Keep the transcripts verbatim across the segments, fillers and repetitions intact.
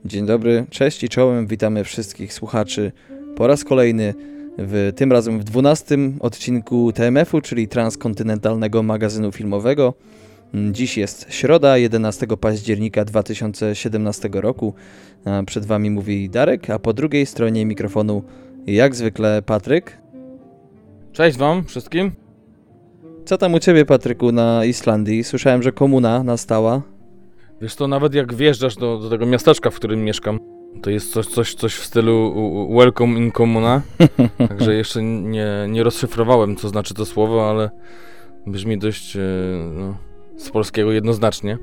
Dzień dobry, cześć i czołem, witamy wszystkich słuchaczy po raz kolejny, w, tym razem w dwunastym odcinku T M F-u, czyli Transkontynentalnego Magazynu Filmowego. Dziś jest środa, jedenastego października dwa tysiące siedemnastego roku. A przed wami mówi Darek, a po drugiej stronie mikrofonu jak zwykle Patryk. Cześć wam wszystkim. Co tam u ciebie, Patryku, na Islandii? Słyszałem, że komuna nastała. Wiesz to, nawet jak wjeżdżasz do, do tego miasteczka, w którym mieszkam, to jest coś, coś, coś w stylu welcome in komuna. Także jeszcze nie, nie rozszyfrowałem, co znaczy to słowo, ale brzmi dość no, z polskiego jednoznacznie.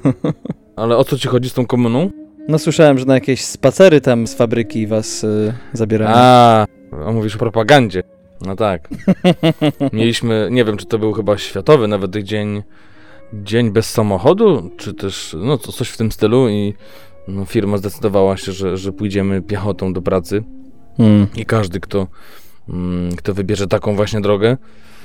Ale o co ci chodzi z tą komuną? No słyszałem, że na jakieś spacery tam z fabryki was y, zabierają. A, a mówisz o propagandzie. No tak. Mieliśmy, nie wiem, czy to był chyba światowy nawet dzień, dzień bez samochodu, czy też no coś w tym stylu i no, firma zdecydowała się, że, że pójdziemy piechotą do pracy hmm. i każdy, kto, mm, kto wybierze taką właśnie drogę,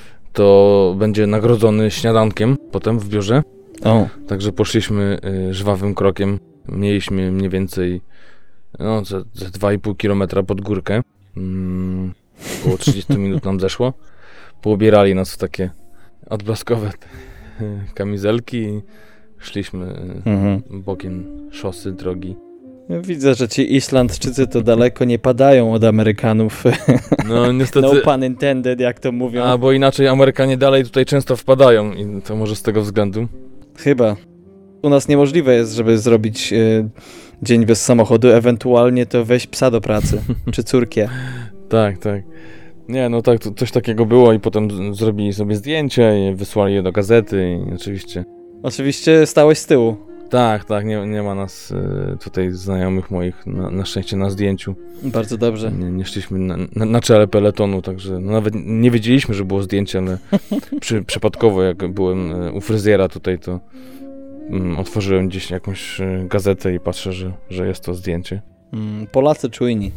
to będzie nagrodzony śniadankiem potem w biurze. O. Także poszliśmy y, żwawym krokiem. Mieliśmy mniej więcej no, ze, ze dwa i pół kilometra pod górkę. Mm, około trzydzieści minut nam zeszło. Poubierali nas w takie odblaskowe kamizelki i szliśmy mhm. bokiem szosy, drogi. Widzę, że ci Islandczycy to daleko nie padają od Amerykanów. No niestety. No pun intended, jak to mówią. A bo inaczej Amerykanie dalej tutaj często wpadają i to może z tego względu. Chyba. U nas niemożliwe jest, żeby zrobić y, dzień bez samochodu, ewentualnie to weź psa do pracy, czy córkę. Tak, tak. Nie, no tak, to, coś takiego było i potem z- zrobili sobie zdjęcie i wysłali je do gazety i oczywiście... Oczywiście stałeś z tyłu. Tak, tak, nie, nie ma nas y, tutaj znajomych moich na, na szczęście na zdjęciu. Bardzo dobrze. Nie, nie szliśmy na, na, na czele peletonu, także no nawet nie wiedzieliśmy, że było zdjęcie, ale przy, przypadkowo jak byłem y, u fryzjera tutaj, to y, otworzyłem gdzieś jakąś y, gazetę i patrzę, że, że jest to zdjęcie. Mm, Polacy czujni.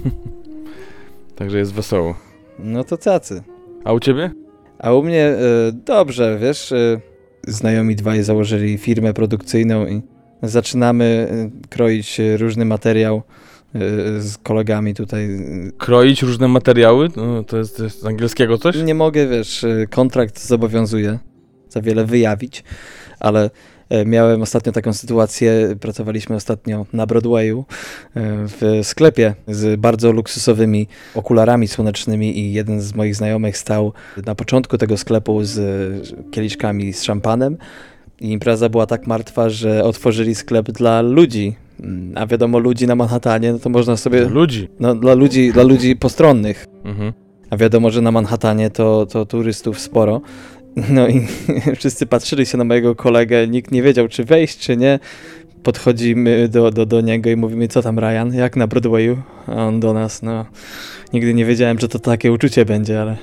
Także jest wesoło. No to cacy. A u ciebie? A u mnie y, dobrze, wiesz, y, znajomi dwaj założyli firmę produkcyjną i zaczynamy y, kroić y, różny materiał y, z kolegami tutaj. Kroić różne materiały? No, to, jest, to jest z angielskiego coś? Nie mogę, wiesz, y, kontrakt zobowiązuje za wiele wyjawić, ale miałem ostatnio taką sytuację, pracowaliśmy ostatnio na Broadwayu w sklepie z bardzo luksusowymi okularami słonecznymi i jeden z moich znajomych stał na początku tego sklepu z kieliszkami z szampanem i impreza była tak martwa, że otworzyli sklep dla ludzi, a wiadomo, ludzi na Manhattanie, no to można sobie... Dla ludzi? No dla ludzi, dla ludzi postronnych. Mhm. A wiadomo, że na Manhattanie to, to turystów sporo. No i wszyscy patrzyli się na mojego kolegę, nikt nie wiedział, czy wejść, czy nie. Podchodzimy do, do, do niego i mówimy, co tam Ryan, jak na Broadwayu? A on do nas, no, nigdy nie wiedziałem, że to takie uczucie będzie, ale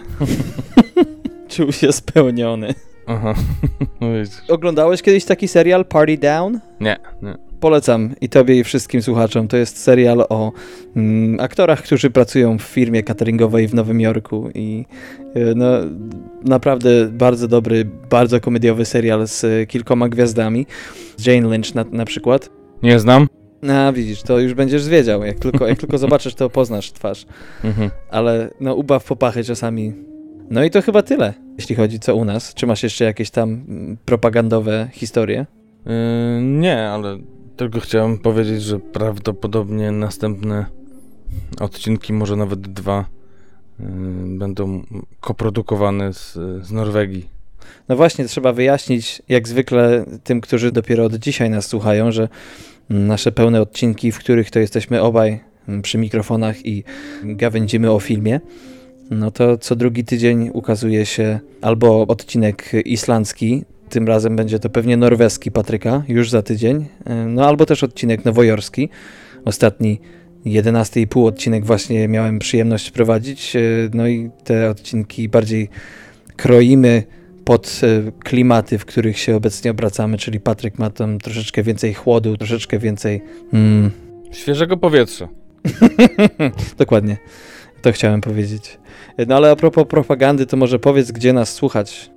czuł się spełniony. Aha. Oglądałeś kiedyś taki serial Party Down? Nie, nie. Polecam i tobie i wszystkim słuchaczom. To jest serial o mm, aktorach, którzy pracują w firmie cateringowej w Nowym Jorku i y, no, naprawdę bardzo dobry, bardzo komediowy serial z y, kilkoma gwiazdami. Jane Lynch na, na przykład. Nie znam. A widzisz, to już będziesz wiedział. Jak tylko, jak tylko zobaczysz, to poznasz twarz. Mhm. Ale no ubaw popachy czasami. No i to chyba tyle, jeśli chodzi co u nas. Czy masz jeszcze jakieś tam mm, propagandowe historie? Yy, nie, ale tylko chciałem powiedzieć, że prawdopodobnie następne odcinki, może nawet dwa, yy, będą koprodukowane z, z Norwegii. No właśnie, trzeba wyjaśnić, jak zwykle tym, którzy dopiero od dzisiaj nas słuchają, że nasze pełne odcinki, w których to jesteśmy obaj przy mikrofonach i gawędzimy o filmie, no to co drugi tydzień ukazuje się albo odcinek islandzki, tym razem będzie to pewnie norweski Patryka, już za tydzień, no albo też odcinek nowojorski. Ostatni jedenasty i pół odcinek właśnie miałem przyjemność prowadzić, no i te odcinki bardziej kroimy pod klimaty, w których się obecnie obracamy, czyli Patryk ma tam troszeczkę więcej chłodu, troszeczkę więcej... Mm. Świeżego powietrza. Dokładnie, to chciałem powiedzieć. No ale a propos propagandy, to może powiedz, gdzie nas słuchać.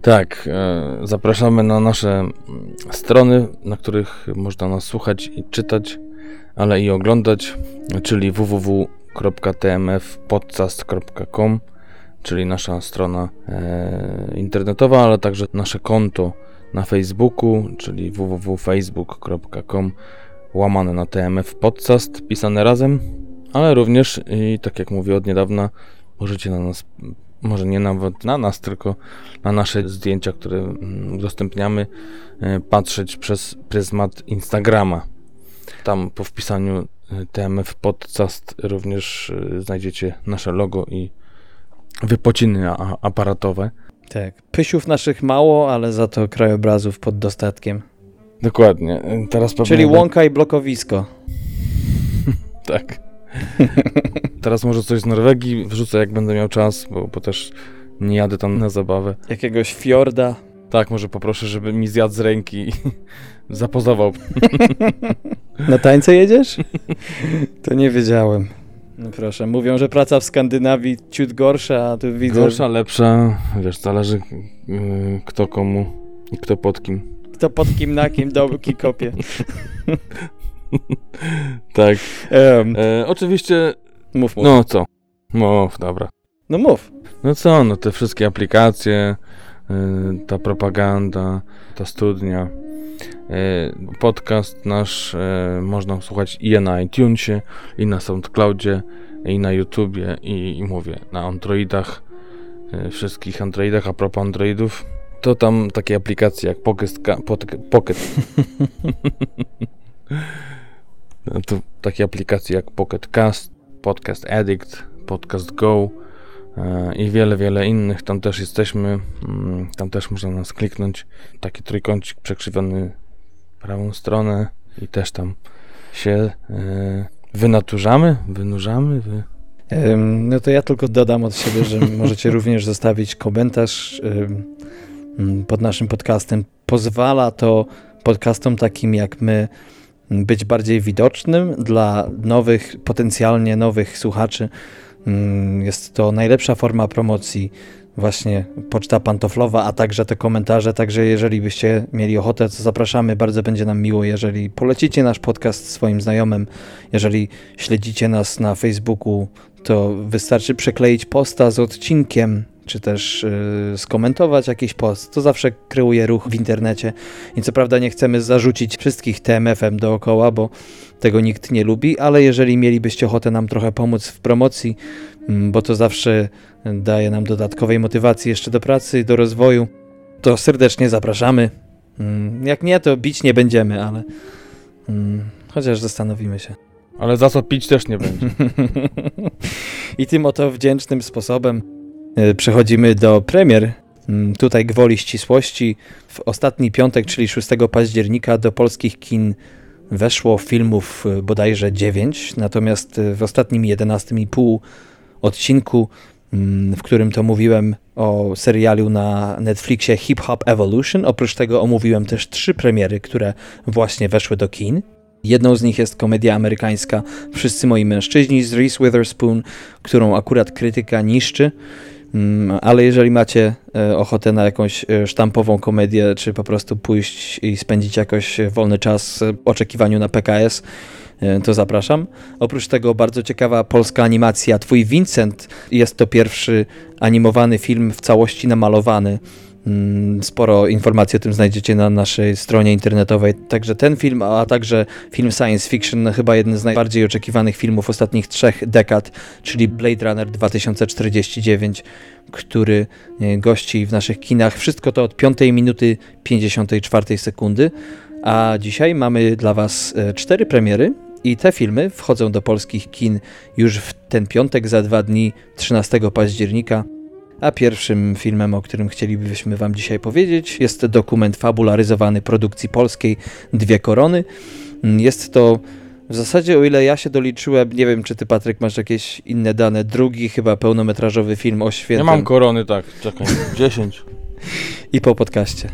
Tak, e, zapraszamy na nasze strony, na których można nas słuchać i czytać, ale i oglądać, czyli w w w kropka t m f podcast kropka com, czyli nasza strona e, internetowa, ale także nasze konto na Facebooku, czyli w w w kropka facebook kropka com łamane na T M F Podcast, pisane razem, ale również i tak jak mówię od niedawna, możecie na nas, może nie nawet na nas, tylko na nasze zdjęcia, które udostępniamy, patrzeć przez pryzmat Instagrama. Tam po wpisaniu T M F Podcast również znajdziecie nasze logo i wypociny a- aparatowe. Tak, pysiów naszych mało, ale za to krajobrazów pod dostatkiem. Dokładnie. Teraz pewnie Czyli łąka i blokowisko. Tak. Teraz może coś z Norwegii wrzucę, jak będę miał czas, bo, bo też nie jadę tam na zabawę. Jakiegoś fiorda. Tak, może poproszę, żeby mi zjadł z ręki i zapozował. Na tańce jedziesz? To nie wiedziałem. No proszę, mówią, że praca w Skandynawii ciut gorsza, a tu widzę... Gorsza, lepsza, wiesz, zależy yy, kto komu i kto pod kim. Kto pod kim, na kim dołki kopie. Tak. Um, E, oczywiście... mów, mów. No co? Mów, dobra. No mów. No co, no te wszystkie aplikacje, yy, ta propaganda, ta studnia, yy, podcast nasz yy, można słuchać i na iTunesie, i na SoundCloudzie, i na YouTubie, i, i mówię, na Androidach, yy, wszystkich Androidach. A propos Androidów, to tam takie aplikacje jak Pocket, Pocket, Pocket. No to takie aplikacje jak Pocket Cast, Podcast Addict, Podcast Go i wiele, wiele innych. Tam też jesteśmy, tam też można nas kliknąć, taki trójkącik przekrzywiony w prawą stronę i też tam się wynaturzamy, wynurzamy. Wy... No to ja tylko dodam od siebie, że możecie również zostawić komentarz pod naszym podcastem. Pozwala to podcastom takim jak my być bardziej widocznym dla nowych, potencjalnie nowych słuchaczy. Jest to najlepsza forma promocji, właśnie poczta pantoflowa, a także te komentarze, także jeżeli byście mieli ochotę, to zapraszamy, bardzo będzie nam miło, jeżeli polecicie nasz podcast swoim znajomym, jeżeli śledzicie nas na Facebooku, to wystarczy przekleić posta z odcinkiem, czy też yy, skomentować jakiś post, to zawsze kreuje ruch w internecie i co prawda nie chcemy zarzucić wszystkich T M F-em dookoła, bo tego nikt nie lubi, ale jeżeli mielibyście ochotę nam trochę pomóc w promocji, yy, bo to zawsze daje nam dodatkowej motywacji jeszcze do pracy i do rozwoju, to serdecznie zapraszamy. Yy, jak nie, to bić nie będziemy, ale yy, chociaż zastanowimy się. Ale za co pić też nie będzie. I tym oto wdzięcznym sposobem przechodzimy do premier. Tutaj gwoli ścisłości. W ostatni piątek, czyli szóstego października, do polskich kin weszło filmów bodajże dziewięć, natomiast w ostatnim jedenastym i pół odcinku, w którym to mówiłem o serialu na Netflixie Hip Hop Evolution, oprócz tego omówiłem też trzy premiery, które właśnie weszły do kin. Jedną z nich jest komedia amerykańska Wszyscy moi mężczyźni z Reese Witherspoon, którą akurat krytyka niszczy, ale jeżeli macie ochotę na jakąś sztampową komedię, czy po prostu pójść i spędzić jakoś wolny czas w oczekiwaniu na P K S, to zapraszam. Oprócz tego bardzo ciekawa polska animacja Twój Vincent. Jest to pierwszy animowany film w całości namalowany. Sporo informacji o tym znajdziecie na naszej stronie internetowej. Także ten film, a także film science fiction, chyba jeden z najbardziej oczekiwanych filmów ostatnich trzech dekad, czyli Blade Runner dwa tysiące czterdzieści dziewięć, który gości w naszych kinach. Wszystko to od piątej minuty pięćdziesiątej czwartej sekundy. A dzisiaj mamy dla Was cztery premiery i te filmy wchodzą do polskich kin już w ten piątek za dwa dni, trzynastego października. A pierwszym filmem, o którym chcielibyśmy Wam dzisiaj powiedzieć, jest dokument fabularyzowany produkcji polskiej Dwie korony. Jest to w zasadzie, o ile ja się doliczyłem, nie wiem, czy Ty, Patryk, masz jakieś inne dane, drugi chyba pełnometrażowy film o świętym... Ja mam korony, tak, czekaj, dziesięć. I po podcaście.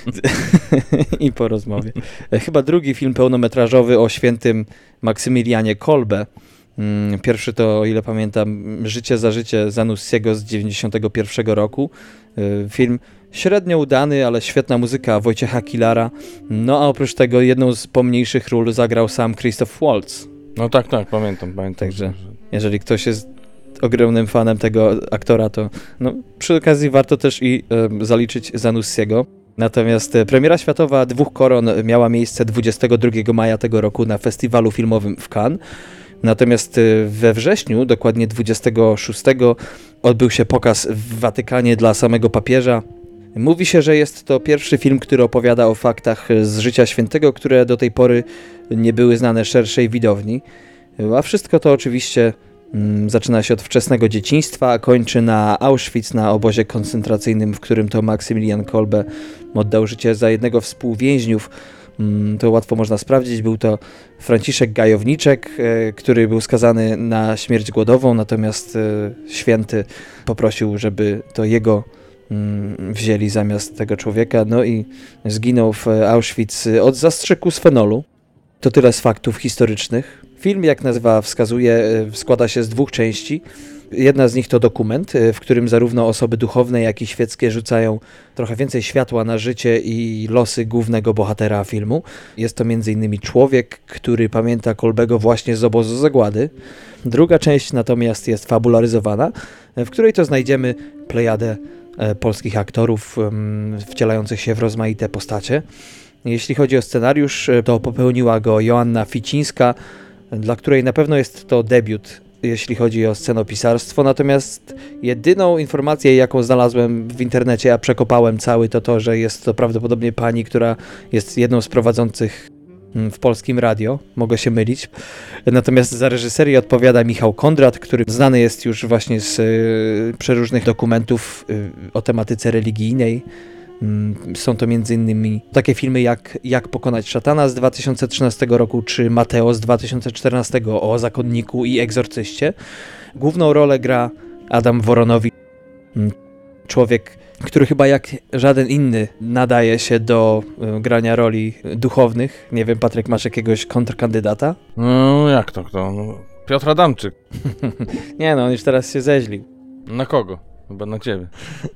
I po rozmowie. Chyba drugi film pełnometrażowy o świętym Maksymilianie Kolbe. Pierwszy to, o ile pamiętam, Życie za życie Zanussiego z dziewięćdziesiątego pierwszego roku. Film średnio udany, ale świetna muzyka Wojciecha Kilara. No a oprócz tego jedną z pomniejszych ról zagrał sam Christoph Waltz. No tak, tak, pamiętam, pamiętam. Także jeżeli ktoś jest ogromnym fanem tego aktora, to no, przy okazji warto też i y, zaliczyć Zanussiego. Natomiast y, premiera światowa Dwóch Koron miała miejsce dwudziestego drugiego maja tego roku na festiwalu filmowym w Cannes. Natomiast y, we wrześniu, dokładnie dwudziestego szóstego, odbył się pokaz w Watykanie dla samego papieża. Mówi się, że jest to pierwszy film, który opowiada o faktach z życia świętego, które do tej pory nie były znane szerszej widowni. A wszystko to oczywiście mm, zaczyna się od wczesnego dzieciństwa, a kończy na Auschwitz, na obozie koncentracyjnym, w którym to Maksymilian Kolbe oddał życie za jednego współwięźniów. Mm, to łatwo można sprawdzić. Był to Franciszek Gajowniczek, e, który był skazany na śmierć głodową, natomiast e, święty poprosił, żeby to jego wzięli zamiast tego człowieka, no i zginął w Auschwitz od zastrzyku z fenolu. To tyle z faktów historycznych. Film, jak nazwa wskazuje, składa się z dwóch części. Jedna z nich to dokument, w którym zarówno osoby duchowne, jak i świeckie rzucają trochę więcej światła na życie i losy głównego bohatera filmu. Jest to między innymi człowiek, który pamięta Kolbego właśnie z obozu zagłady. Druga część natomiast jest fabularyzowana, w której to znajdziemy plejadę polskich aktorów um, wcielających się w rozmaite postacie. Jeśli chodzi o scenariusz, to popełniła go Joanna Ficińska, dla której na pewno jest to debiut, jeśli chodzi o scenopisarstwo, natomiast jedyną informację, jaką znalazłem w internecie, a przekopałem cały, to to, że jest to prawdopodobnie pani, która jest jedną z prowadzących w polskim radio, mogę się mylić. Natomiast za reżyserię odpowiada Michał Kondrat, który znany jest już właśnie z y, przeróżnych dokumentów y, o tematyce religijnej. Y, są to między innymi takie filmy jak Jak pokonać szatana z dwa tysiące trzynastego roku, czy Mateo z dwa tysiące czternastego o zakonniku i egzorcyście. Główną rolę gra Adam Woronowi, y, człowiek, który chyba jak żaden inny nadaje się do y, grania roli duchownych. Nie wiem, Patryk, masz jakiegoś kontrkandydata? No jak to kto? No, Piotr Adamczyk. Nie no, on już teraz się zeźlił. Na kogo? Chyba na ciebie.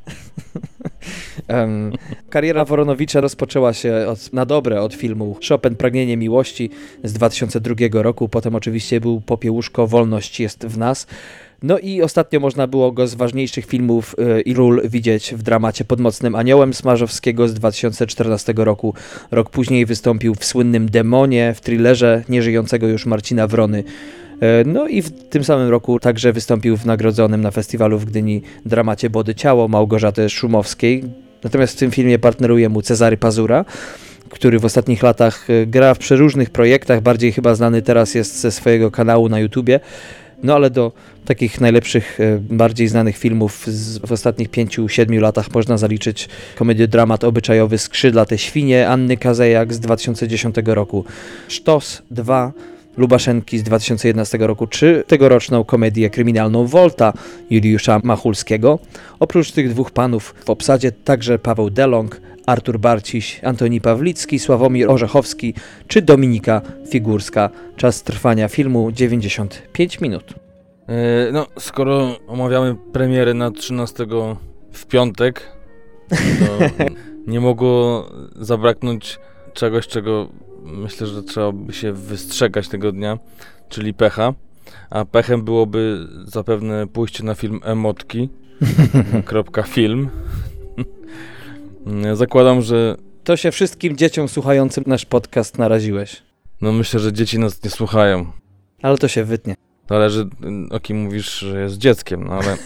um, kariera Woronowicza rozpoczęła się od, na dobre od filmu Chopin Pragnienie Miłości z dwa tysiące drugiego roku. Potem oczywiście był Popiełuszko, Wolność jest w nas. No i ostatnio można było go z ważniejszych filmów yy, i ról widzieć w dramacie Pod mocnym aniołem Smarzowskiego z dwa tysiące czternastego roku. Rok później wystąpił w słynnym Demonie, w thrillerze nieżyjącego już Marcina Wrony. Yy, no i w tym samym roku także wystąpił w nagrodzonym na festiwalu w Gdyni dramacie Body Ciało Małgorzaty Szumowskiej. Natomiast w tym filmie partneruje mu Cezary Pazura, który w ostatnich latach gra w przeróżnych projektach. Bardziej chyba znany teraz jest ze swojego kanału na YouTubie. No ale do takich najlepszych, bardziej znanych filmów z, w ostatnich pięciu, siedmiu latach można zaliczyć komediodramat obyczajowy Skrzydlate świnie Anny Kazejak z dwa tysiące dziesiątego roku, Sztos dwa Lubaszenki z dwa tysiące jedenastego roku, czy tegoroczną komedię kryminalną Volta Juliusza Machulskiego. Oprócz tych dwóch panów w obsadzie także Paweł Delong, Artur Barciś, Antoni Pawlicki, Sławomir Orzechowski czy Dominika Figurska. Czas trwania filmu dziewięćdziesiąt pięć minut. Yy, no, skoro omawiamy premiery na trzynastego w piątek, to nie mogło zabraknąć czegoś, czego myślę, że trzeba by się wystrzegać tego dnia, czyli pecha. A pechem byłoby zapewne pójście na film Emotki. kropka film. Zakładam, że... To się wszystkim dzieciom słuchającym nasz podcast naraziłeś. No myślę, że dzieci nas nie słuchają. Ale to się wytnie. Zależy, o kim mówisz, że jest dzieckiem, no ale...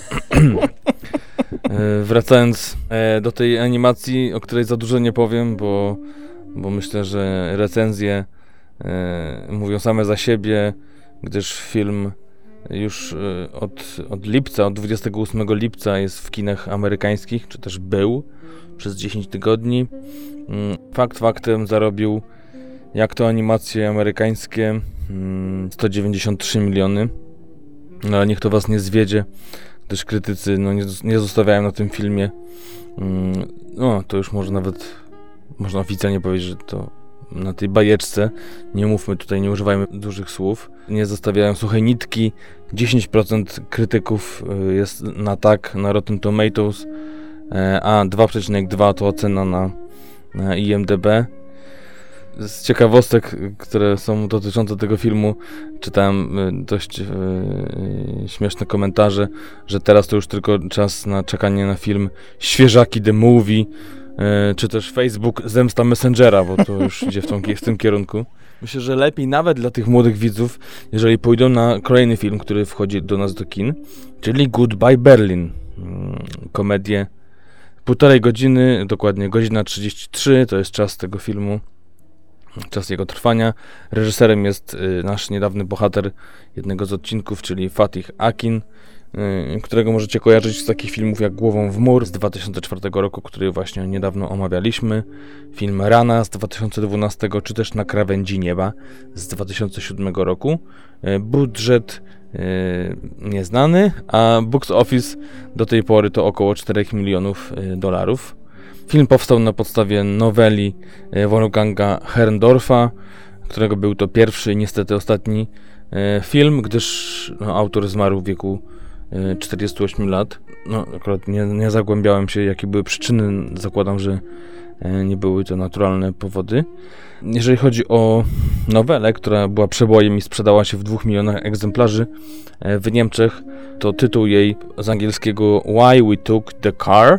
Wracając do tej animacji, o której za dużo nie powiem, bo, bo myślę, że recenzje mówią same za siebie, gdyż film już od, od lipca, od dwudziestego ósmego lipca jest w kinach amerykańskich, czy też był przez dziesięć tygodni. Fakt faktem zarobił, jak to animacje amerykańskie, sto dziewięćdziesiąt trzy miliony. No, ale niech to was nie zwiedzie, gdyż krytycy no, nie, nie zostawiają na tym filmie. No, to już może nawet można oficjalnie powiedzieć, że to na tej bajeczce, nie mówmy tutaj, nie używajmy dużych słów, nie zostawiają suchej nitki. dziesięć procent krytyków jest na tak na Rotten Tomatoes, a dwa przecinek dwa to ocena na, na I M D B. Z ciekawostek, które są dotyczące tego filmu, czytałem dość e, śmieszne komentarze, że teraz to już tylko czas na czekanie na film Świeżaki The Movie, e, czy też Facebook Zemsta Messengera, bo to już idzie w, tą, w tym kierunku. Myślę, że lepiej nawet dla tych młodych widzów, jeżeli pójdą na kolejny film, który wchodzi do nas do kin, czyli Goodbye Berlin. Komedię półtorej godziny, dokładnie godzina trzydzieści trzy, to jest czas tego filmu. Czas jego trwania. Reżyserem jest y, nasz niedawny bohater jednego z odcinków, czyli Fatih Akin, y, którego możecie kojarzyć z takich filmów jak Głową w mur z dwa tysiące czwartego roku, który właśnie niedawno omawialiśmy, film Rana z dwa tysiące dwunastego, czy też Na krawędzi nieba z dwa tysiące siódmego roku. Y, budżet y, nieznany, a box office do tej pory to około czterech milionów y, dolarów. Film powstał na podstawie noweli Wolfganga Herrndorfa, którego był to pierwszy i niestety ostatni film, gdyż no, autor zmarł w wieku czterdziestu ośmiu lat. No, akurat nie, nie zagłębiałem się, jakie były przyczyny. Zakładam, że nie były to naturalne powody. Jeżeli chodzi o nowelę, która była przebojem i sprzedała się w dwóch milionach egzemplarzy w Niemczech, to tytuł jej z angielskiego Why We Took the Car.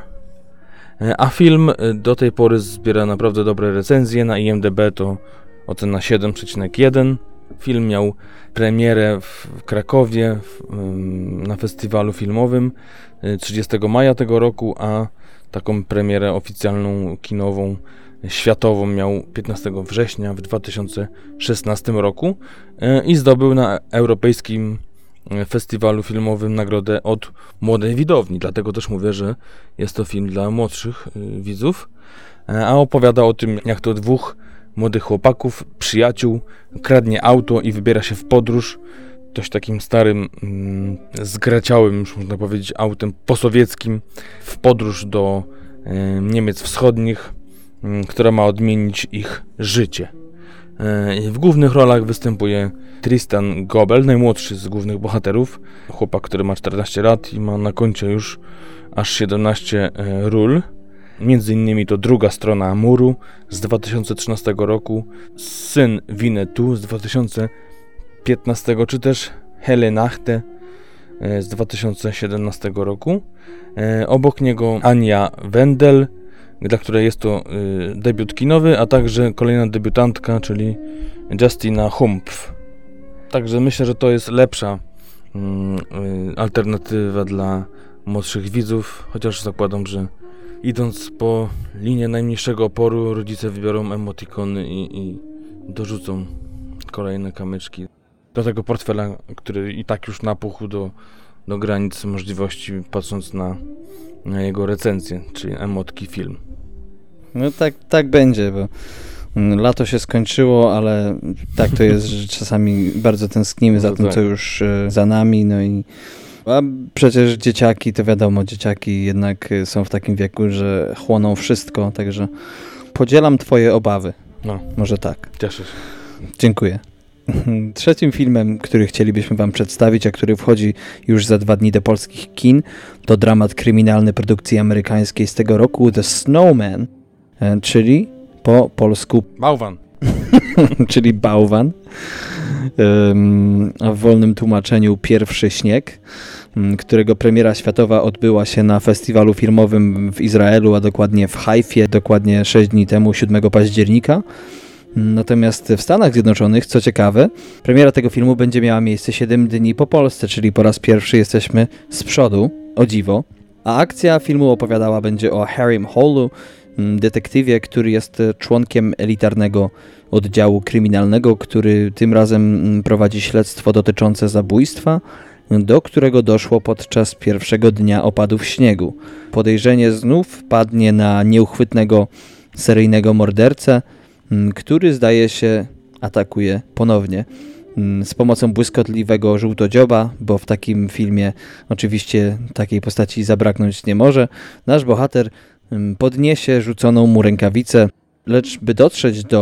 A film do tej pory zbiera naprawdę dobre recenzje. Na I M D B to ocena siedem przecinek jeden. Film miał premierę w Krakowie w, na festiwalu filmowym trzydziestego maja tego roku, a taką premierę oficjalną, kinową, światową miał piętnastego września w dwa tysiące szesnastym roku i zdobył na europejskim festiwalu filmowym nagrodę od Młodej Widowni, dlatego też mówię, że jest to film dla młodszych y, widzów, a opowiada o tym, jak to dwóch młodych chłopaków, przyjaciół, kradnie auto i wybiera się w podróż dość takim starym, y, zgraciałym, już można powiedzieć, autem posowieckim, w podróż do y, Niemiec Wschodnich, y, która ma odmienić ich życie. W głównych rolach występuje Tristan Gobel, najmłodszy z głównych bohaterów. Chłopak, który ma czternaście lat i ma na koncie już aż siedemnaście ról. Między innymi to Druga strona muru z dwa tysiące trzynastego roku, Syn Winnetou z dwa tysiące piętnastego, czy też Helle Nachte z dwa tysiące siedemnastego roku. Obok niego Ania Wendel, dla której jest to y, debiut kinowy, a także kolejna debiutantka, czyli Justina Humph. Także myślę, że to jest lepsza y, y, alternatywa dla młodszych widzów, chociaż zakładam, że idąc po linię najmniejszego oporu, rodzice wybiorą emotikony i, i dorzucą kolejne kamyczki do tego portfela, który i tak już napuchł do, do granic możliwości, patrząc na na jego recenzję, czyli Emotki film. No tak, tak będzie, bo lato się skończyło, ale tak to jest, że czasami bardzo tęsknimy no za tym, tak. co już za nami, no i a przecież dzieciaki, to wiadomo, dzieciaki jednak są w takim wieku, że chłoną wszystko, także podzielam twoje obawy. No. Może tak. Cieszę się. Dziękuję. Trzecim filmem, który chcielibyśmy wam przedstawić, a który wchodzi już za dwa dni do polskich kin, to dramat kryminalny produkcji amerykańskiej z tego roku The Snowman, czyli po polsku Bałwan. czyli Bałwan, a w wolnym tłumaczeniu Pierwszy śnieg, którego premiera światowa odbyła się na festiwalu filmowym w Izraelu, a dokładnie w Haifie, dokładnie sześć dni temu, siódmego października. Natomiast w Stanach Zjednoczonych, co ciekawe, premiera tego filmu będzie miała miejsce siedem dni po Polsce, czyli po raz pierwszy jesteśmy z przodu, o dziwo. A akcja filmu opowiadała będzie o Harrym Hallu, detektywie, który jest członkiem elitarnego oddziału kryminalnego, który tym razem prowadzi śledztwo dotyczące zabójstwa, do którego doszło podczas pierwszego dnia opadów śniegu. Podejrzenie znów padnie na nieuchwytnego seryjnego mordercę, który zdaje się atakuje ponownie z pomocą błyskotliwego żółtodzioba, bo w takim filmie oczywiście takiej postaci zabraknąć nie może. Nasz bohater podniesie rzuconą mu rękawicę, lecz by dotrzeć do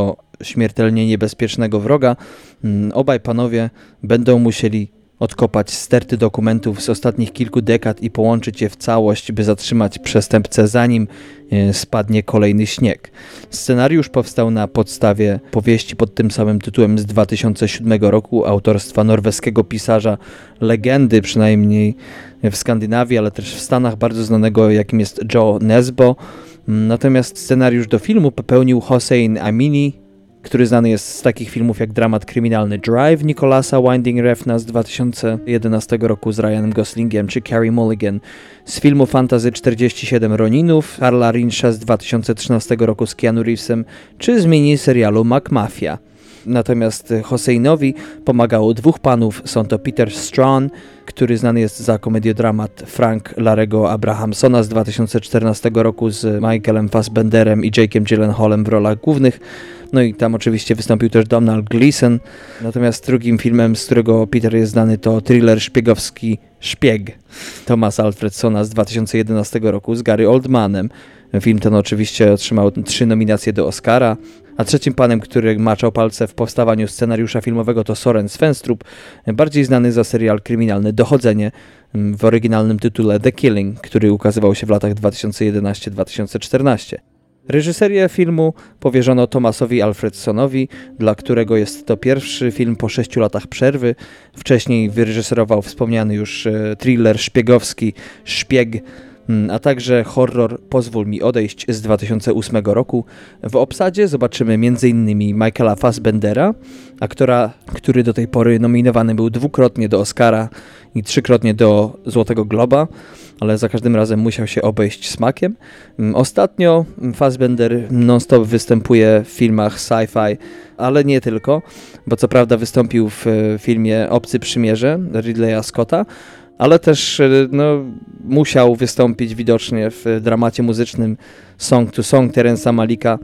śmiertelnie niebezpiecznego wroga, obaj panowie będą musieli odkopać sterty dokumentów z ostatnich kilku dekad i połączyć je w całość, by zatrzymać przestępcę, zanim spadnie kolejny śnieg. Scenariusz powstał na podstawie powieści pod tym samym tytułem z dwa tysiące siódmego roku, autorstwa norweskiego pisarza, legendy przynajmniej w Skandynawii, ale też w Stanach, bardzo znanego, jakim jest Joe Nesbo. Natomiast scenariusz do filmu popełnił Hossein Amini, który znany jest z takich filmów jak dramat kryminalny Drive Nicolasa Winding Refna z dwa tysiące jedenastego roku z Ryanem Goslingiem, czy Carey Mulligan z filmu fantasy czterdzieści siedem Roninów Karla Rincha z dwa tysiące trzynastego roku z Keanu Reevesem, czy z miniserialu McMafia. Natomiast Hosseinowi pomagało dwóch panów. Są to Peter Strawn, który znany jest za komediodramat Frank Larego Abrahamsona z dwa tysiące czternastego roku z Michaelem Fassbenderem i Jake'em Gyllenhaalem w rolach głównych. No i tam oczywiście wystąpił też Donald Gleeson. Natomiast drugim filmem, z którego Peter jest znany, to thriller szpiegowski Szpieg Thomasa Alfredsona z dwa tysiące jedenastego roku z Gary Oldmanem. Film ten oczywiście otrzymał trzy nominacje do Oscara, a trzecim panem, który maczał palce w powstawaniu scenariusza filmowego, to Soren Svenstrup, bardziej znany za serial kryminalny Dochodzenie w oryginalnym tytule The Killing, który ukazywał się w latach dwa tysiące jedenastego do dwa tysiące czternastego. Reżyserię filmu powierzono Thomasowi Alfredsonowi, dla którego jest to pierwszy film po sześciu latach przerwy. Wcześniej wyreżyserował wspomniany już thriller szpiegowski Szpieg, a także horror Pozwól mi odejść z dwa tysiące ósmego roku. W obsadzie zobaczymy m in Michaela Fassbendera, aktora, który do tej pory nominowany był dwukrotnie do Oscara i trzykrotnie do Złotego Globa, ale za każdym razem musiał się obejść smakiem. Ostatnio Fassbender non-stop występuje w filmach sci-fi, ale nie tylko, bo co prawda wystąpił w filmie Obcy Przymierze Ridleya Scotta, ale też no, musiał wystąpić widocznie w dramacie muzycznym Song to Song Terensa Malika,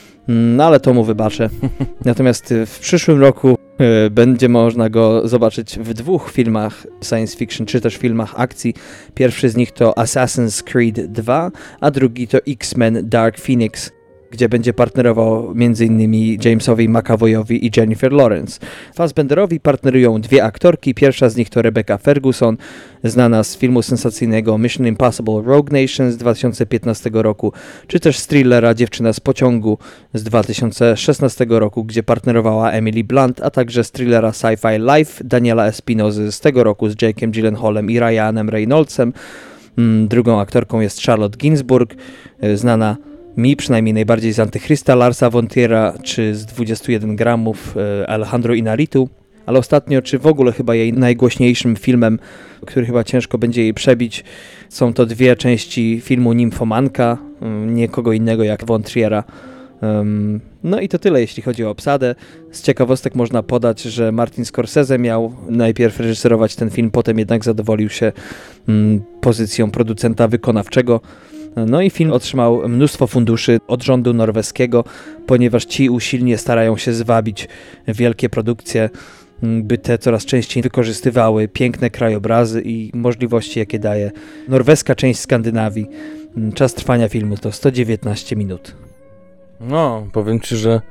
no ale to mu wybaczę. Natomiast w przyszłym roku y, będzie można go zobaczyć w dwóch filmach science fiction, czy też filmach akcji. Pierwszy z nich to Assassin's Creed dwa, a drugi to X-Men Dark Phoenix, gdzie będzie partnerował m.in. Jamesowi McAvoyowi i Jennifer Lawrence. Fassbenderowi partnerują dwie aktorki. Pierwsza z nich to Rebecca Ferguson, znana z filmu sensacyjnego Mission Impossible Rogue Nation z dwa tysiące piętnastego roku, czy też z thrillera Dziewczyna z pociągu z dwa tysiące szesnastego roku, gdzie partnerowała Emily Blunt, a także z thrillera sci-fi Life Daniela Espinozy z tego roku z Jake'em Gyllenhaalem i Ryanem Reynoldsem. Drugą aktorką jest Charlotte Gainsbourg, znana mi przynajmniej najbardziej z Antychrysta Larsa von Trier'a, czy z dwudziestu jeden gramów Alejandro Inarritu, ale ostatnio, czy w ogóle chyba jej najgłośniejszym filmem, który chyba ciężko będzie jej przebić, są to dwie części filmu Nimfomanka, nie kogo innego jak von Trier'a. No i to tyle, jeśli chodzi o obsadę. Z ciekawostek można podać, że Martin Scorsese miał najpierw reżyserować ten film, potem jednak zadowolił się pozycją producenta wykonawczego. No i film otrzymał mnóstwo funduszy od rządu norweskiego, ponieważ ci usilnie starają się zwabić wielkie produkcje, by te coraz częściej wykorzystywały piękne krajobrazy i możliwości, jakie daje norweska część Skandynawii. Czas trwania filmu to sto dziewiętnaście minut. No, powiem ci, że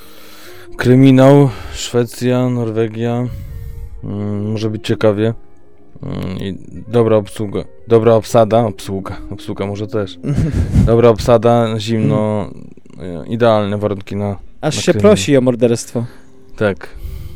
kryminał, Szwecja, Norwegia, mm, może być ciekawie. I dobra obsługa, dobra obsada, obsługa, obsługa może też. Dobra obsada, zimno, idealne warunki na. Aż na się kryminał. prosi o morderstwo. Tak.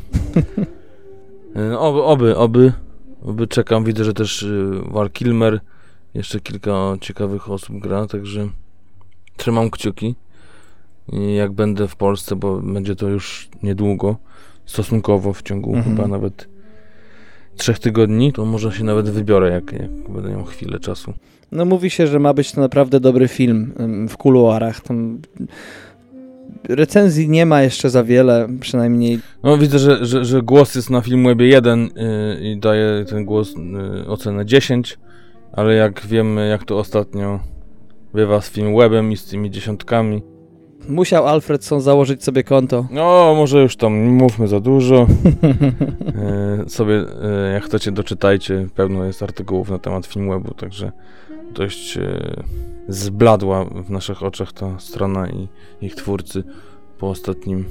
oby, oby, oby, oby czekam. Widzę, że też Val Kilmer, jeszcze kilka ciekawych osób gra, także trzymam kciuki. I jak będę w Polsce, bo będzie to już niedługo, stosunkowo w ciągu mhm. chyba nawet trzech tygodni, to może się nawet wybiorę, jak, jak będę miał chwilę czasu. No mówi się, że ma być to naprawdę dobry film w kuluarach. Tam recenzji nie ma jeszcze za wiele, przynajmniej. No widzę, że, że, że głos jest na Filmwebie jeden yy, i daje ten głos yy, ocenę dziesięć, ale jak wiemy, jak to ostatnio bywa z Filmwebem i z tymi dziesiątkami. Musiał Alfredson założyć sobie konto. No, może już tam nie mówmy za dużo. e, sobie, e, jak chcecie, doczytajcie. Pełno jest artykułów na temat Filmwebu, także dość e, zbladła w naszych oczach ta strona i ich twórcy po ostatnim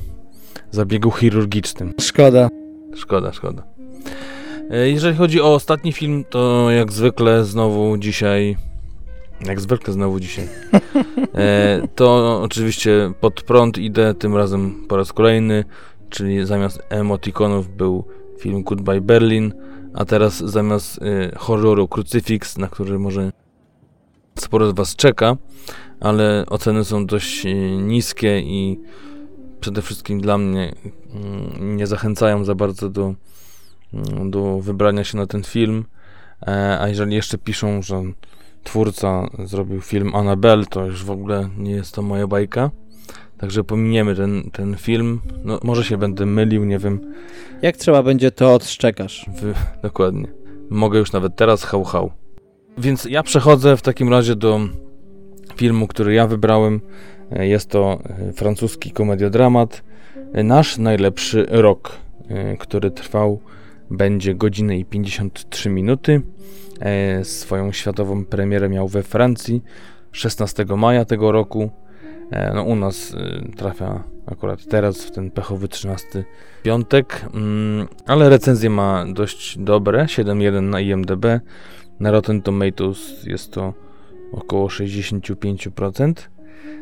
zabiegu chirurgicznym. Szkoda. Szkoda, szkoda. Jeżeli chodzi o ostatni film, to jak zwykle znowu dzisiaj... Jak zwykle znowu dzisiaj. E, to oczywiście pod prąd idę, tym razem po raz kolejny, czyli zamiast emotikonów był film Goodbye Berlin, a teraz zamiast y, horroru Crucifix, na który może sporo z was czeka, ale oceny są dość y, niskie i przede wszystkim dla mnie y, nie zachęcają za bardzo do, y, do wybrania się na ten film, e, a jeżeli jeszcze piszą, że twórca zrobił film Annabelle, to już w ogóle nie jest to moja bajka. Także pominiemy ten, ten film. No, może się będę mylił, nie wiem. Jak trzeba będzie, to odszczekasz. Wy, dokładnie. Mogę już nawet teraz, hał, hał. Więc ja przechodzę w takim razie do filmu, który ja wybrałem. Jest to francuski komediodramat Nasz najlepszy rok, który trwał będzie godzinę i pięćdziesiąt trzy minuty. Swoją światową premierę miał we Francji szesnastego maja tego roku. No u nas trafia akurat teraz, w ten pechowy trzynasty piątek, ale recenzje ma dość dobre, siedem jeden na I M D B, na Rotten Tomatoes jest to około sześćdziesiąt pięć procent.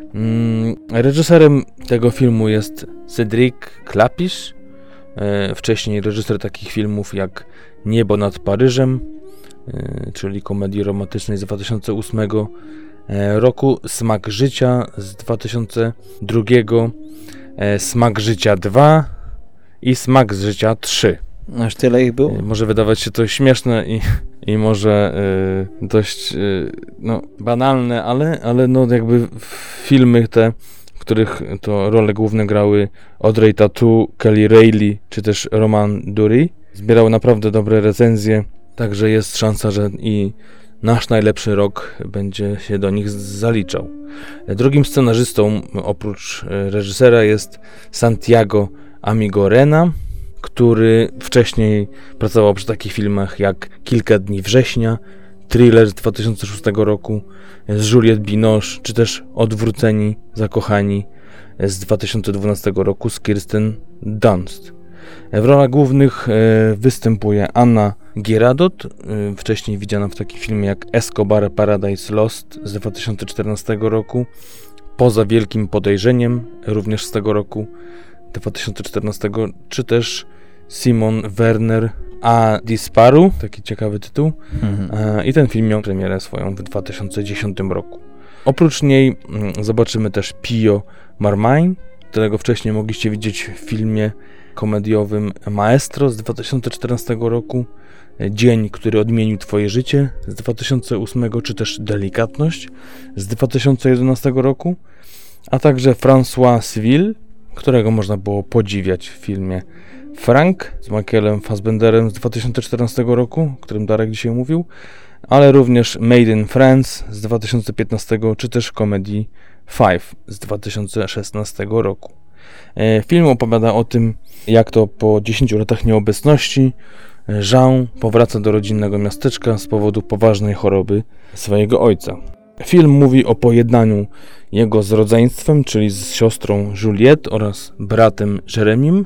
Reżyserem tego filmu jest Cédric Klapisz, wcześniej reżyser takich filmów jak Niebo nad Paryżem, czyli komedii romantycznej z dwa tysiące ósmego roku, Smak życia z dwa tysiące drugiego, Smak życia dwa i Smak życia trzy. Aż tyle ich było? Może wydawać się to śmieszne i, i może y, dość y, no, banalne, ale, ale no jakby filmy te, w których to role główne grały Audrey Tautou, Kelly Reilly czy też Roman Dury, zbierały naprawdę dobre recenzje, także jest szansa, że i Nasz najlepszy rok będzie się do nich zaliczał. Drugim scenarzystą oprócz reżysera jest Santiago Amigorena, który wcześniej pracował przy takich filmach jak Kilka dni września, Thriller z dwa tysiące szóstego roku, z Juliette Binoche, czy też Odwróceni, zakochani z dwa tysiące dwunastego roku z Kirsten Dunst. W rolach głównych występuje Anna Girardot, wcześniej widziana w takim filmie jak Escobar Paradise Lost z dwa tysiące czternastego roku, Poza wielkim podejrzeniem, również z tego roku dwa tysiące czternastego, czy też Simon Werner a Disparu, taki ciekawy tytuł. Mhm. I ten film miał premierę swoją w dwa tysiące dziesiątym roku. Oprócz niej zobaczymy też Pio Marmain, którego wcześniej mogliście widzieć w filmie komediowym Maestro z dwa tysiące czternastego roku, Dzień, który odmienił twoje życie z dwa tysiące ósmego, czy też Delikatność z dwa tysiące jedenastego roku, a także François Civil, którego można było podziwiać w filmie Frank z Michaelem Fassbenderem z dwa tysiące czternastego roku, o którym Darek dzisiaj mówił, ale również Made in France z dwa tysiące piętnastego, czy też komedii Five z dwa tysiące szesnastego roku. Film opowiada o tym, jak to po dziesięciu latach nieobecności Jean powraca do rodzinnego miasteczka z powodu poważnej choroby swojego ojca. Film mówi o pojednaniu jego z rodzeństwem, czyli z siostrą Juliette oraz bratem Jeremim,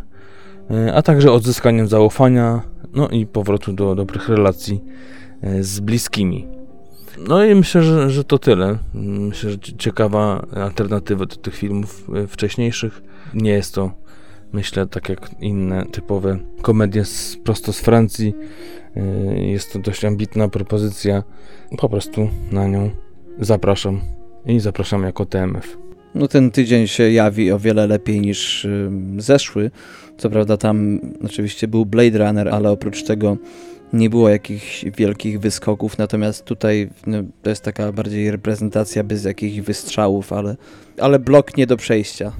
a także odzyskaniem zaufania, no i powrotu do dobrych relacji z bliskimi. No i myślę, że, że to tyle. Myślę, że ciekawa alternatywa do tych filmów wcześniejszych. Nie jest to, myślę, tak jak inne typowe komedie z, prosto z Francji. Jest to dość ambitna propozycja. Po prostu na nią zapraszam i zapraszam jako T M F. No ten tydzień się jawi o wiele lepiej niż y, zeszły. Co prawda tam oczywiście był Blade Runner, ale oprócz tego nie było jakichś wielkich wyskoków, natomiast tutaj no, to jest taka bardziej reprezentacja bez jakichś wystrzałów, ale, ale blok nie do przejścia.